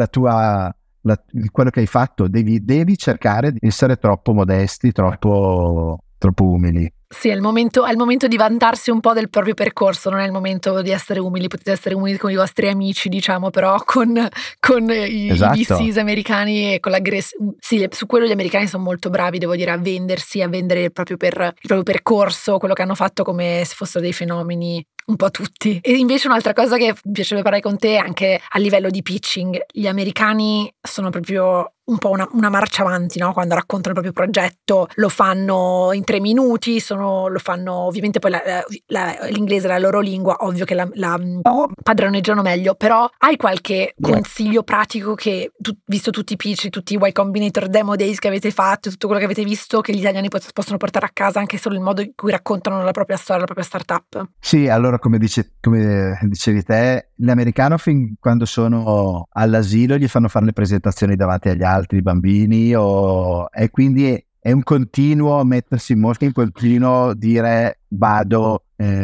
quello che hai fatto, devi cercare di essere troppo modesti, troppo umili. Sì, è il momento di vantarsi un po' del proprio percorso, non è il momento di essere umili, potete essere umili con i vostri amici, diciamo, però con i Esatto. VCs americani e con sì, su quello gli americani sono molto bravi, devo dire, a vendersi, a vendere il proprio percorso, quello che hanno fatto come se fossero dei fenomeni un po' tutti. E invece un'altra cosa che mi piacerebbe parlare con te anche a livello di pitching, gli americani sono proprio un po' una marcia avanti, no? Quando raccontano il proprio progetto lo fanno in 3 minuti, lo fanno ovviamente poi l'inglese è la loro lingua, ovvio che la padroneggiano meglio, però hai qualche consiglio pratico che, visto tutti i pitch, tutti i Y Combinator demo days che avete fatto, tutto quello che avete visto, che gli italiani possono portare a casa anche solo il modo in cui raccontano la propria storia, la propria startup? Sì, allora come dicevi te, l'americano fin quando sono all'asilo gli fanno fare le presentazioni davanti agli altri bambini e quindi è un continuo mettersi in mostra, in continuo dire vado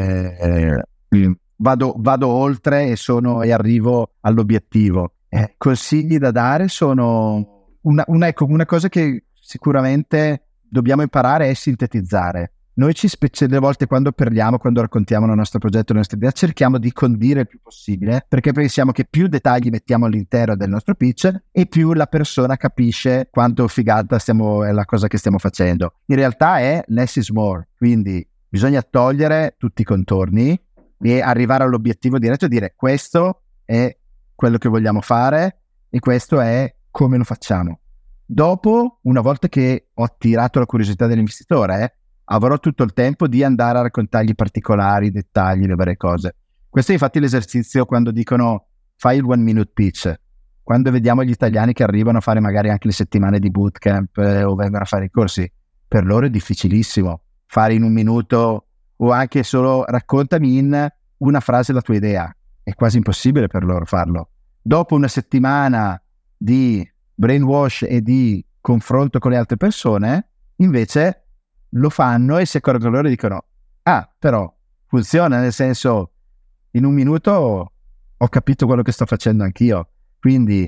oltre e arrivo all'obiettivo. Consigli da dare sono una cosa che sicuramente dobbiamo imparare è sintetizzare. Noi delle volte quando parliamo, quando raccontiamo il nostro progetto, la nostra idea, cerchiamo di condire il più possibile, perché pensiamo che più dettagli mettiamo all'interno del nostro pitch e più la persona capisce quanto figata è la cosa che stiamo facendo. In realtà è less is more, quindi bisogna togliere tutti i contorni e arrivare all'obiettivo diretto e dire questo è quello che vogliamo fare e questo è come lo facciamo. Dopo, una volta che ho attirato la curiosità dell'investitore, avrò tutto il tempo di andare a raccontargli i particolari, i dettagli, le varie cose. Questo è infatti l'esercizio quando dicono fai il 1 minute pitch. Quando vediamo gli italiani che arrivano a fare magari anche le settimane di bootcamp o vengono a fare i corsi, per loro è difficilissimo fare in 1 minuto o anche solo raccontami in una frase la tua idea. È quasi impossibile per loro farlo. Dopo una settimana di brainwash e di confronto con le altre persone, invece lo fanno e si accorgono loro e dicono però funziona, nel senso in 1 minuto ho capito quello che sto facendo anch'io, quindi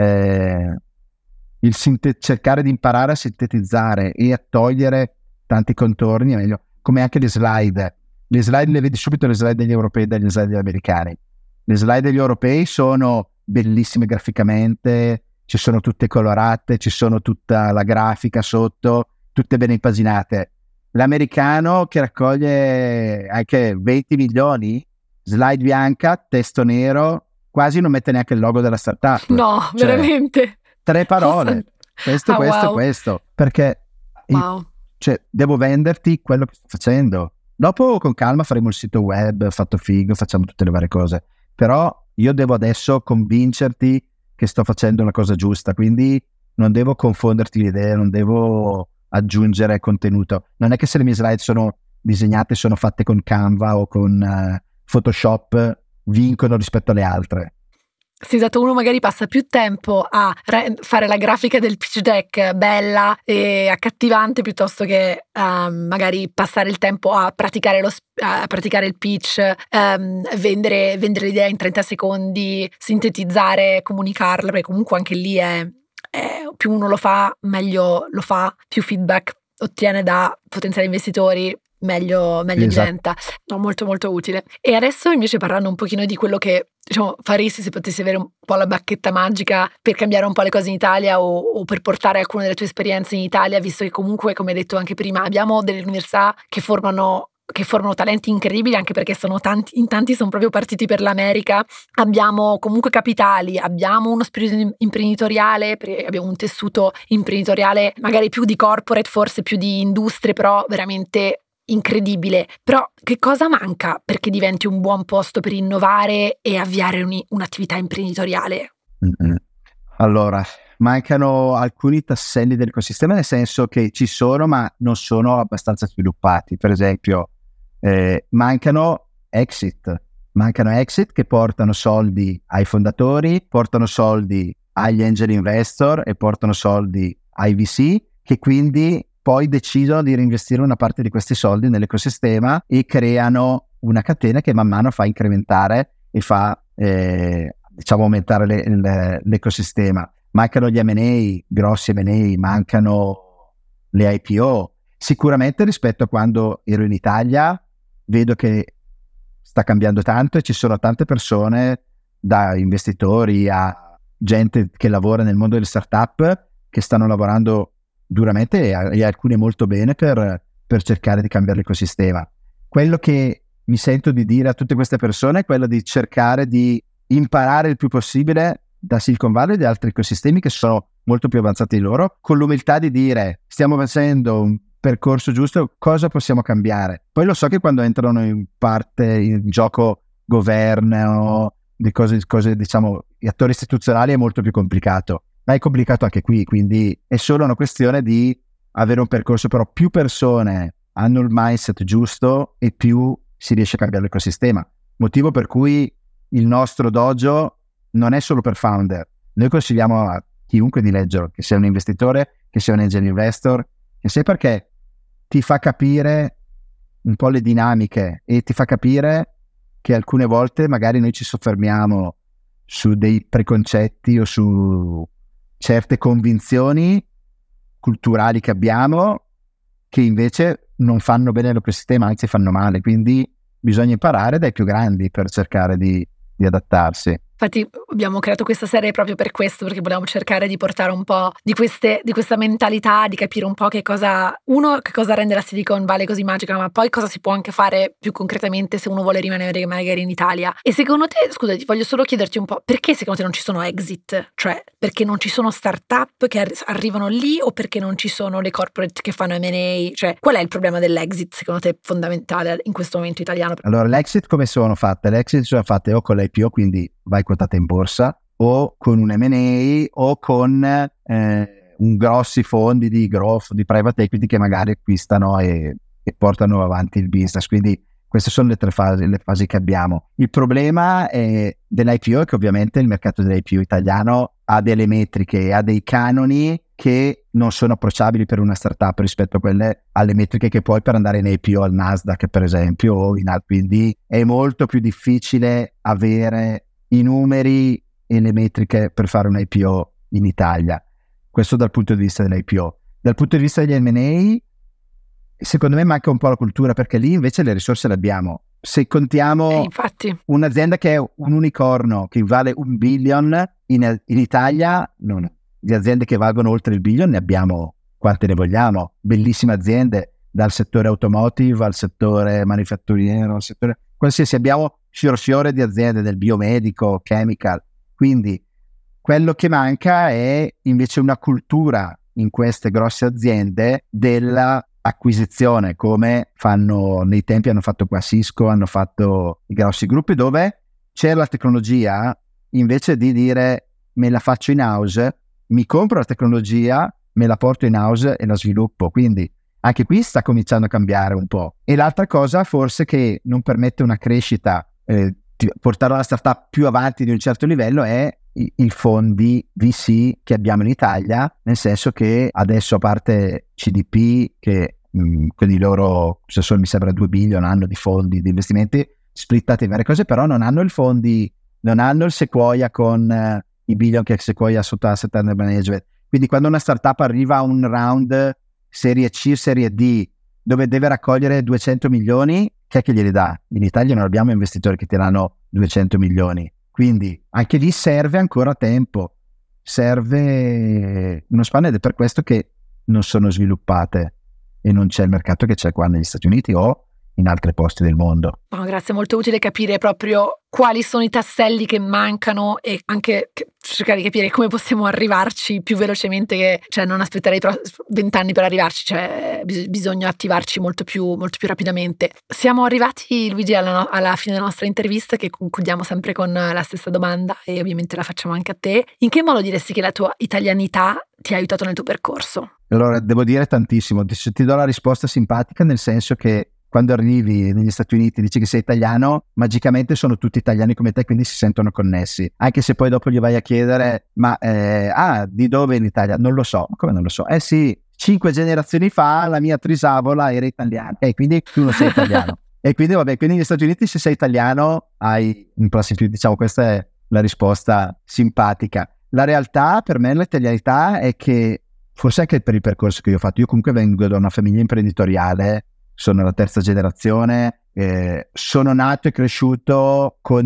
cercare di imparare a sintetizzare e a togliere tanti contorni è meglio, come anche le slide le vedi subito, le slide degli europei e degli slide degli americani. Le slide degli europei sono bellissime graficamente, ci sono tutte colorate, ci sono tutta la grafica sotto, tutte ben impaginate. L'americano che raccoglie anche 20 milioni, slide bianca, testo nero, quasi non mette neanche il logo della startup. No, cioè, veramente. 3 parole, questo, wow. questo, perché devo venderti quello che sto facendo. Dopo con calma faremo il sito web, fatto figo, facciamo tutte le varie cose, però io devo adesso convincerti che sto facendo la cosa giusta, quindi non devo confonderti le idee, non devo aggiungere contenuto. Non è che se le mie slide sono disegnate, sono fatte con Canva o con Photoshop, vincono rispetto alle altre. Sì, esatto, uno magari passa più tempo a fare la grafica del pitch deck bella e accattivante piuttosto che magari passare il tempo a praticare il pitch, vendere l'idea in 30 secondi, sintetizzare, comunicarla, perché comunque anche lì è più uno lo fa, meglio lo fa, più feedback ottiene da potenziali investitori, meglio Esatto. diventa. No, molto molto utile. E adesso invece parlando un pochino di quello che faresti se potessi avere un po' la bacchetta magica per cambiare un po' le cose in Italia o per portare alcune delle tue esperienze in Italia, visto che comunque, come hai detto anche prima, abbiamo delle università che formano talenti incredibili, anche perché in tanti sono proprio partiti per l'America. Abbiamo comunque capitali, abbiamo uno spirito imprenditoriale, abbiamo un tessuto imprenditoriale magari più di corporate, forse più di industrie, però veramente incredibile. Però che cosa manca perché diventi un buon posto per innovare e avviare un'attività imprenditoriale? Allora, mancano alcuni tasselli dell'ecosistema, nel senso che ci sono ma non sono abbastanza sviluppati. Per esempio mancano exit che portano soldi ai fondatori, portano soldi agli angel investor e portano soldi ai VC, che quindi poi decidono di reinvestire una parte di questi soldi nell'ecosistema e creano una catena che man mano fa incrementare e fa aumentare l'ecosistema. Mancano gli M&A, grossi M&A, mancano le IPO. Sicuramente rispetto a quando ero in Italia vedo che sta cambiando tanto e ci sono tante persone, da investitori a gente che lavora nel mondo delle startup, che stanno lavorando duramente e alcune molto bene per cercare di cambiare l'ecosistema. Quello che mi sento di dire a tutte queste persone è quello di cercare di imparare il più possibile da Silicon Valley e da altri ecosistemi che sono molto più avanzati di loro, con l'umiltà di dire stiamo facendo un percorso giusto, cosa possiamo cambiare. Poi lo so che quando entrano in parte in gioco governo, di cose diciamo, gli attori istituzionali, è molto più complicato, ma è complicato anche qui, quindi è solo una questione di avere un percorso, però più persone hanno il mindset giusto e più si riesce a cambiare l'ecosistema, motivo per cui il nostro dojo non è solo per founder. Noi consigliamo a chiunque di leggerlo, che sia un investitore, che sia un angel investor, che sia, perché ti fa capire un po' le dinamiche e ti fa capire che alcune volte magari noi ci soffermiamo su dei preconcetti o su certe convinzioni culturali che abbiamo, che invece non fanno bene all'ecosistema, anzi fanno male, quindi bisogna imparare dai più grandi per cercare di adattarsi. Infatti abbiamo creato questa serie proprio per questo, perché volevamo cercare di portare un po' di questa mentalità, di capire un po' che cosa rende la Silicon Valley così magica, ma poi cosa si può anche fare più concretamente se uno vuole rimanere magari in Italia. E secondo te, scusa, ti voglio solo chiederti un po', perché secondo te non ci sono exit? Cioè, perché non ci sono startup che arrivano lì, o perché non ci sono le corporate che fanno M&A? Cioè, qual è il problema dell'exit secondo te fondamentale in questo momento italiano? Allora, l'exit come sono fatte? L'exit sono fatte o con l'IPO, quindi vai quotata in borsa, o con un M&A, o con un grossi fondi di growth, di private equity che magari acquistano e portano avanti il business. Quindi queste sono le fasi che abbiamo. Il problema dell'IPO è che ovviamente il mercato dell'IPO italiano ha delle metriche, ha dei canoni che non sono approcciabili per una startup rispetto a alle metriche che puoi per andare in IPO al Nasdaq, per esempio, o quindi è molto più difficile avere i numeri e le metriche per fare un IPO in Italia. Questo dal punto di vista dell'IPO. Dal punto di vista degli M&A, secondo me manca un po' la cultura, perché lì invece le risorse le abbiamo. Se contiamo un'azienda che è un unicorno che vale $1 billion in Italia, di aziende che valgono oltre il billion ne abbiamo quante ne vogliamo, bellissime aziende, dal settore automotive al settore manifatturiero, al settore qualsiasi, abbiamo fior di aziende del biomedico, chemical. Quindi quello che manca è invece una cultura in queste grosse aziende della acquisizione, come fanno nei tempi, hanno fatto qua Cisco, hanno fatto i grossi gruppi, dove c'è la tecnologia, invece di dire me la faccio in house, mi compro la tecnologia, me la porto in house e la sviluppo. Quindi anche qui sta cominciando a cambiare un po'. E l'altra cosa forse che non permette una crescita, portare la startup più avanti di un certo livello, è i fondi VC che abbiamo in Italia, nel senso che adesso, a parte CDP, che quindi loro, se sono, mi sembra 2 billion hanno di fondi di investimenti splittati in varie cose, però non hanno non hanno il Sequoia con i billion che Sequoia sotto asset under management. Quindi quando una startup arriva a un round serie C, serie D, dove deve raccogliere 200 milioni, chi è che glieli dà? In Italia non abbiamo investitori che ti danno 200 milioni. Quindi anche lì serve ancora tempo, serve uno span, ed è per questo che non sono sviluppate e non c'è il mercato che c'è qua negli Stati Uniti o in altri posti del mondo. Grazie, molto utile capire proprio quali sono i tasselli che mancano e anche cercare di capire come possiamo arrivarci più velocemente, cioè non aspettare 20 anni per arrivarci, cioè bisogna attivarci molto più rapidamente. Siamo arrivati, Luigi, alla fine della nostra intervista, che concludiamo sempre con la stessa domanda e ovviamente la facciamo anche a te. In che modo diresti che la tua italianità ti ha aiutato nel tuo percorso? Allora, devo dire tantissimo. Ti do la risposta simpatica, nel senso che quando arrivi negli Stati Uniti, dici che sei italiano, magicamente sono tutti italiani come te, quindi si sentono connessi. Anche se poi dopo gli vai a chiedere, ma di dove in Italia? Non lo so. Come non lo so? Sì, 5 generazioni fa la mia trisavola era italiana. Quindi tu non sei italiano. E quindi quindi negli Stati Uniti, se sei italiano, hai un plus in più. Diciamo, questa è la risposta simpatica. La realtà per me, l'italianità, è che forse anche per il percorso che io ho fatto. Io comunque vengo da una famiglia imprenditoriale, sono la terza generazione, sono nato e cresciuto con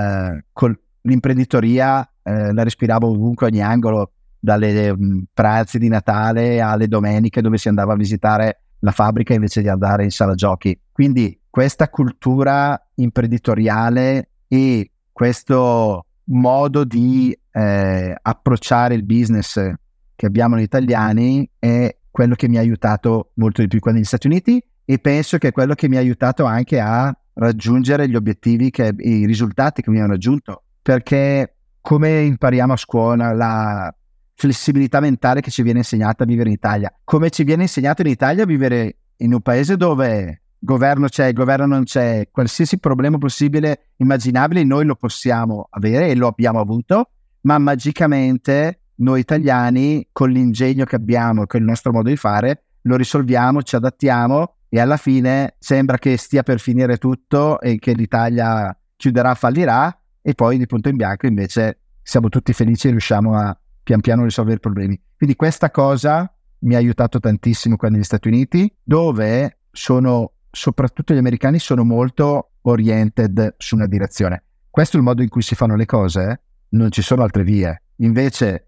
l'imprenditoria, la respiravo ovunque, ogni angolo, dalle pranzi di Natale alle domeniche dove si andava a visitare la fabbrica invece di andare in sala giochi. Quindi questa cultura imprenditoriale e questo modo di approcciare il business che abbiamo noi italiani è quello che mi ha aiutato molto di più qua negli Stati Uniti, e penso che è quello che mi ha aiutato anche a raggiungere gli obiettivi i risultati che mi hanno raggiunto, perché come impariamo a scuola la flessibilità mentale che ci viene insegnata a vivere in Italia, come ci viene insegnato in Italia a vivere in un paese dove governo c'è, governo non c'è, qualsiasi problema possibile, immaginabile, noi lo possiamo avere e lo abbiamo avuto, ma magicamente noi italiani, con l'ingegno che abbiamo, con il nostro modo di fare, lo risolviamo, ci adattiamo e alla fine sembra che stia per finire tutto e che l'Italia chiuderà, fallirà, e poi di punto in bianco invece siamo tutti felici e riusciamo a pian piano risolvere i problemi. Quindi questa cosa mi ha aiutato tantissimo qua negli Stati Uniti, dove soprattutto gli americani sono molto oriented su una direzione. Questo è il modo in cui si fanno le cose, non ci sono altre vie. Invece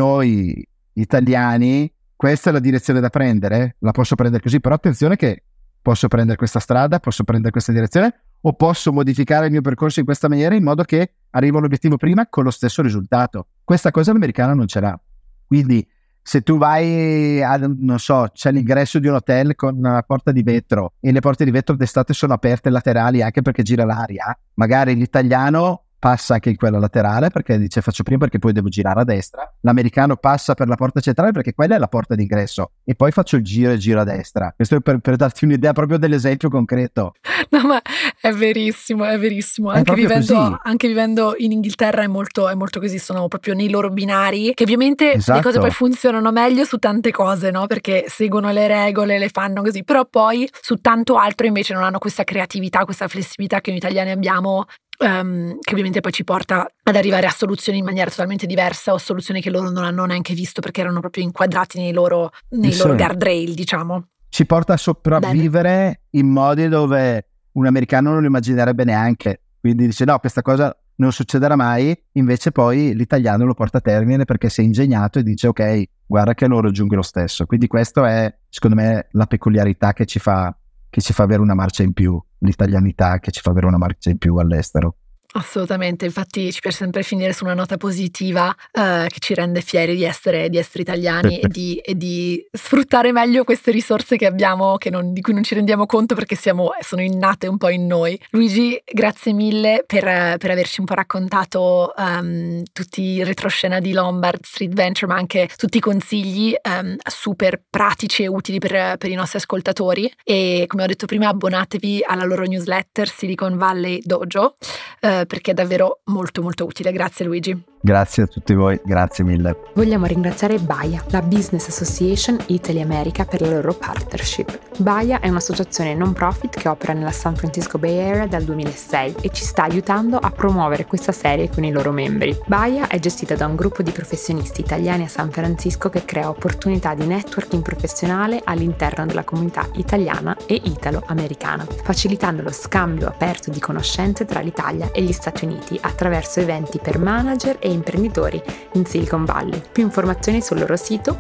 noi italiani, questa è la direzione da prendere, la posso prendere così, però attenzione che posso prendere questa strada, posso prendere questa direzione, o posso modificare il mio percorso in questa maniera in modo che arrivo all'obiettivo prima con lo stesso risultato. Questa cosa l'americano non ce l'ha. Quindi se tu vai non so, c'è l'ingresso di un hotel con una porta di vetro e le porte di vetro d'estate sono aperte laterali anche perché gira l'aria, magari l'italiano passa anche in quella laterale perché dice faccio prima perché poi devo girare a destra, l'americano passa per la porta centrale perché quella è la porta d'ingresso e poi faccio il giro e giro a destra. Questo è per darti un'idea proprio dell'esempio concreto. No, ma è verissimo, è verissimo. Anche vivendo in Inghilterra è molto così, sono proprio nei loro binari, che ovviamente esatto. Le cose poi funzionano meglio su tante cose, no? Perché seguono le regole, le fanno così, però poi su tanto altro invece non hanno questa creatività, questa flessibilità che noi italiani abbiamo, che ovviamente poi ci porta ad arrivare a soluzioni in maniera totalmente diversa, o soluzioni che loro non hanno neanche visto perché erano proprio inquadrati nei loro guardrail, diciamo. Ci porta a sopravvivere in modi dove un americano non lo immaginerebbe neanche, quindi dice no, questa cosa non succederà mai, invece poi l'italiano lo porta a termine perché si è ingegnato e dice ok, guarda che lo raggiungo lo stesso. Quindi questo è secondo me la peculiarità che ci fa avere una marcia in più, l'italianità che ci fa avere una marcia in più all'estero. Assolutamente, infatti ci piace sempre finire su una nota positiva che ci rende fieri di essere italiani e di sfruttare meglio queste risorse che abbiamo, di cui non ci rendiamo conto perché sono innate un po' in noi. Luigi, grazie mille per averci un po' raccontato tutti i retroscena di Lombard Street Venture, ma anche tutti i consigli super pratici e utili per i nostri ascoltatori. E come ho detto prima, abbonatevi alla loro newsletter Silicon Valley Dojo, perché è davvero molto molto utile. Grazie Luigi. Grazie a tutti voi, grazie mille. Vogliamo ringraziare Baia, la Business Association Italy America, per la loro partnership. Baia è un'associazione non profit che opera nella San Francisco Bay Area dal 2006 e ci sta aiutando a promuovere questa serie con i loro membri. Baia è gestita da un gruppo di professionisti italiani a San Francisco che crea opportunità di networking professionale all'interno della comunità italiana e italo-americana, facilitando lo scambio aperto di conoscenze tra l'Italia e gli Stati Uniti attraverso eventi per manager e imprenditori in Silicon Valley. Più informazioni sul loro sito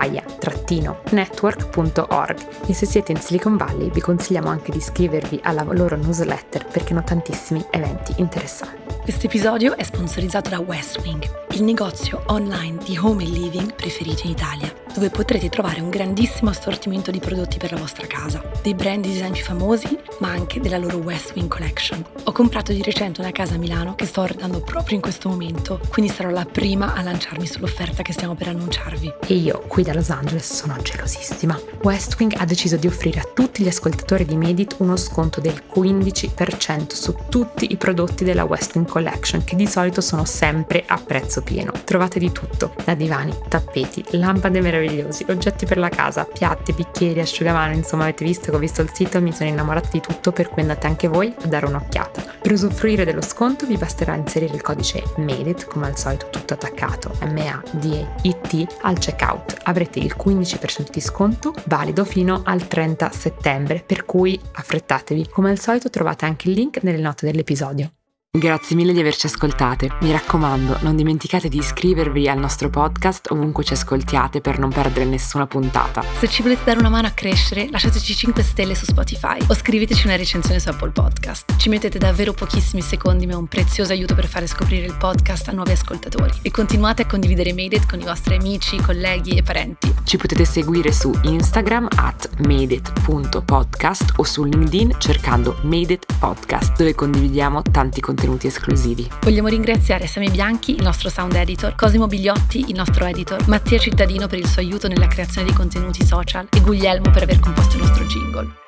baia-network.org, e se siete in Silicon Valley vi consigliamo anche di iscrivervi alla loro newsletter perché hanno tantissimi eventi interessanti. Questo episodio è sponsorizzato da Westwing, il negozio online di home e living preferito in Italia, dove potrete trovare un grandissimo assortimento di prodotti per la vostra casa, dei brand di design più famosi, ma anche della loro Westwing Collection. Ho comprato di recente una casa a Milano che sto arredando proprio in questo momento, quindi sarò la prima a lanciarmi sull'offerta che stiamo per annunciarvi. E io, qui da Los Angeles, sono gelosissima. Westwing ha deciso di offrire a tutti gli ascoltatori di Medit uno sconto del 15% su tutti i prodotti della Westwing Collection, che di solito sono sempre a prezzo pieno. Trovate di tutto, da divani, tappeti, lampade meravigliose, meravigliosi, oggetti per la casa, piatti, bicchieri, asciugamano, insomma avete visto che ho visto il sito e mi sono innamorata di tutto, per cui andate anche voi a dare un'occhiata. Per usufruire dello sconto vi basterà inserire il codice MADEIT, come al solito tutto attaccato, MADEIT, al checkout. Avrete il 15% di sconto, valido fino al 30 settembre, per cui affrettatevi. Come al solito trovate anche il link nelle note dell'episodio. Grazie mille di averci ascoltate. Mi raccomando, non dimenticate di iscrivervi al nostro podcast ovunque ci ascoltiate per non perdere nessuna puntata. Se ci volete dare una mano a crescere, lasciateci 5 stelle su Spotify o scriveteci una recensione su Apple Podcast. Ci mettete davvero pochissimi secondi, ma è un prezioso aiuto per fare scoprire il podcast a nuovi ascoltatori. E continuate a condividere Made It con i vostri amici, colleghi e parenti. Ci potete seguire su Instagram @madeit.podcast o su LinkedIn cercando Made It Podcast, dove condividiamo tanti contenuti esclusivi. Vogliamo ringraziare Sami Bianchi, il nostro sound editor, Cosimo Bigliotti, il nostro editor, Mattia Cittadino per il suo aiuto nella creazione di contenuti social e Guglielmo per aver composto il nostro jingle.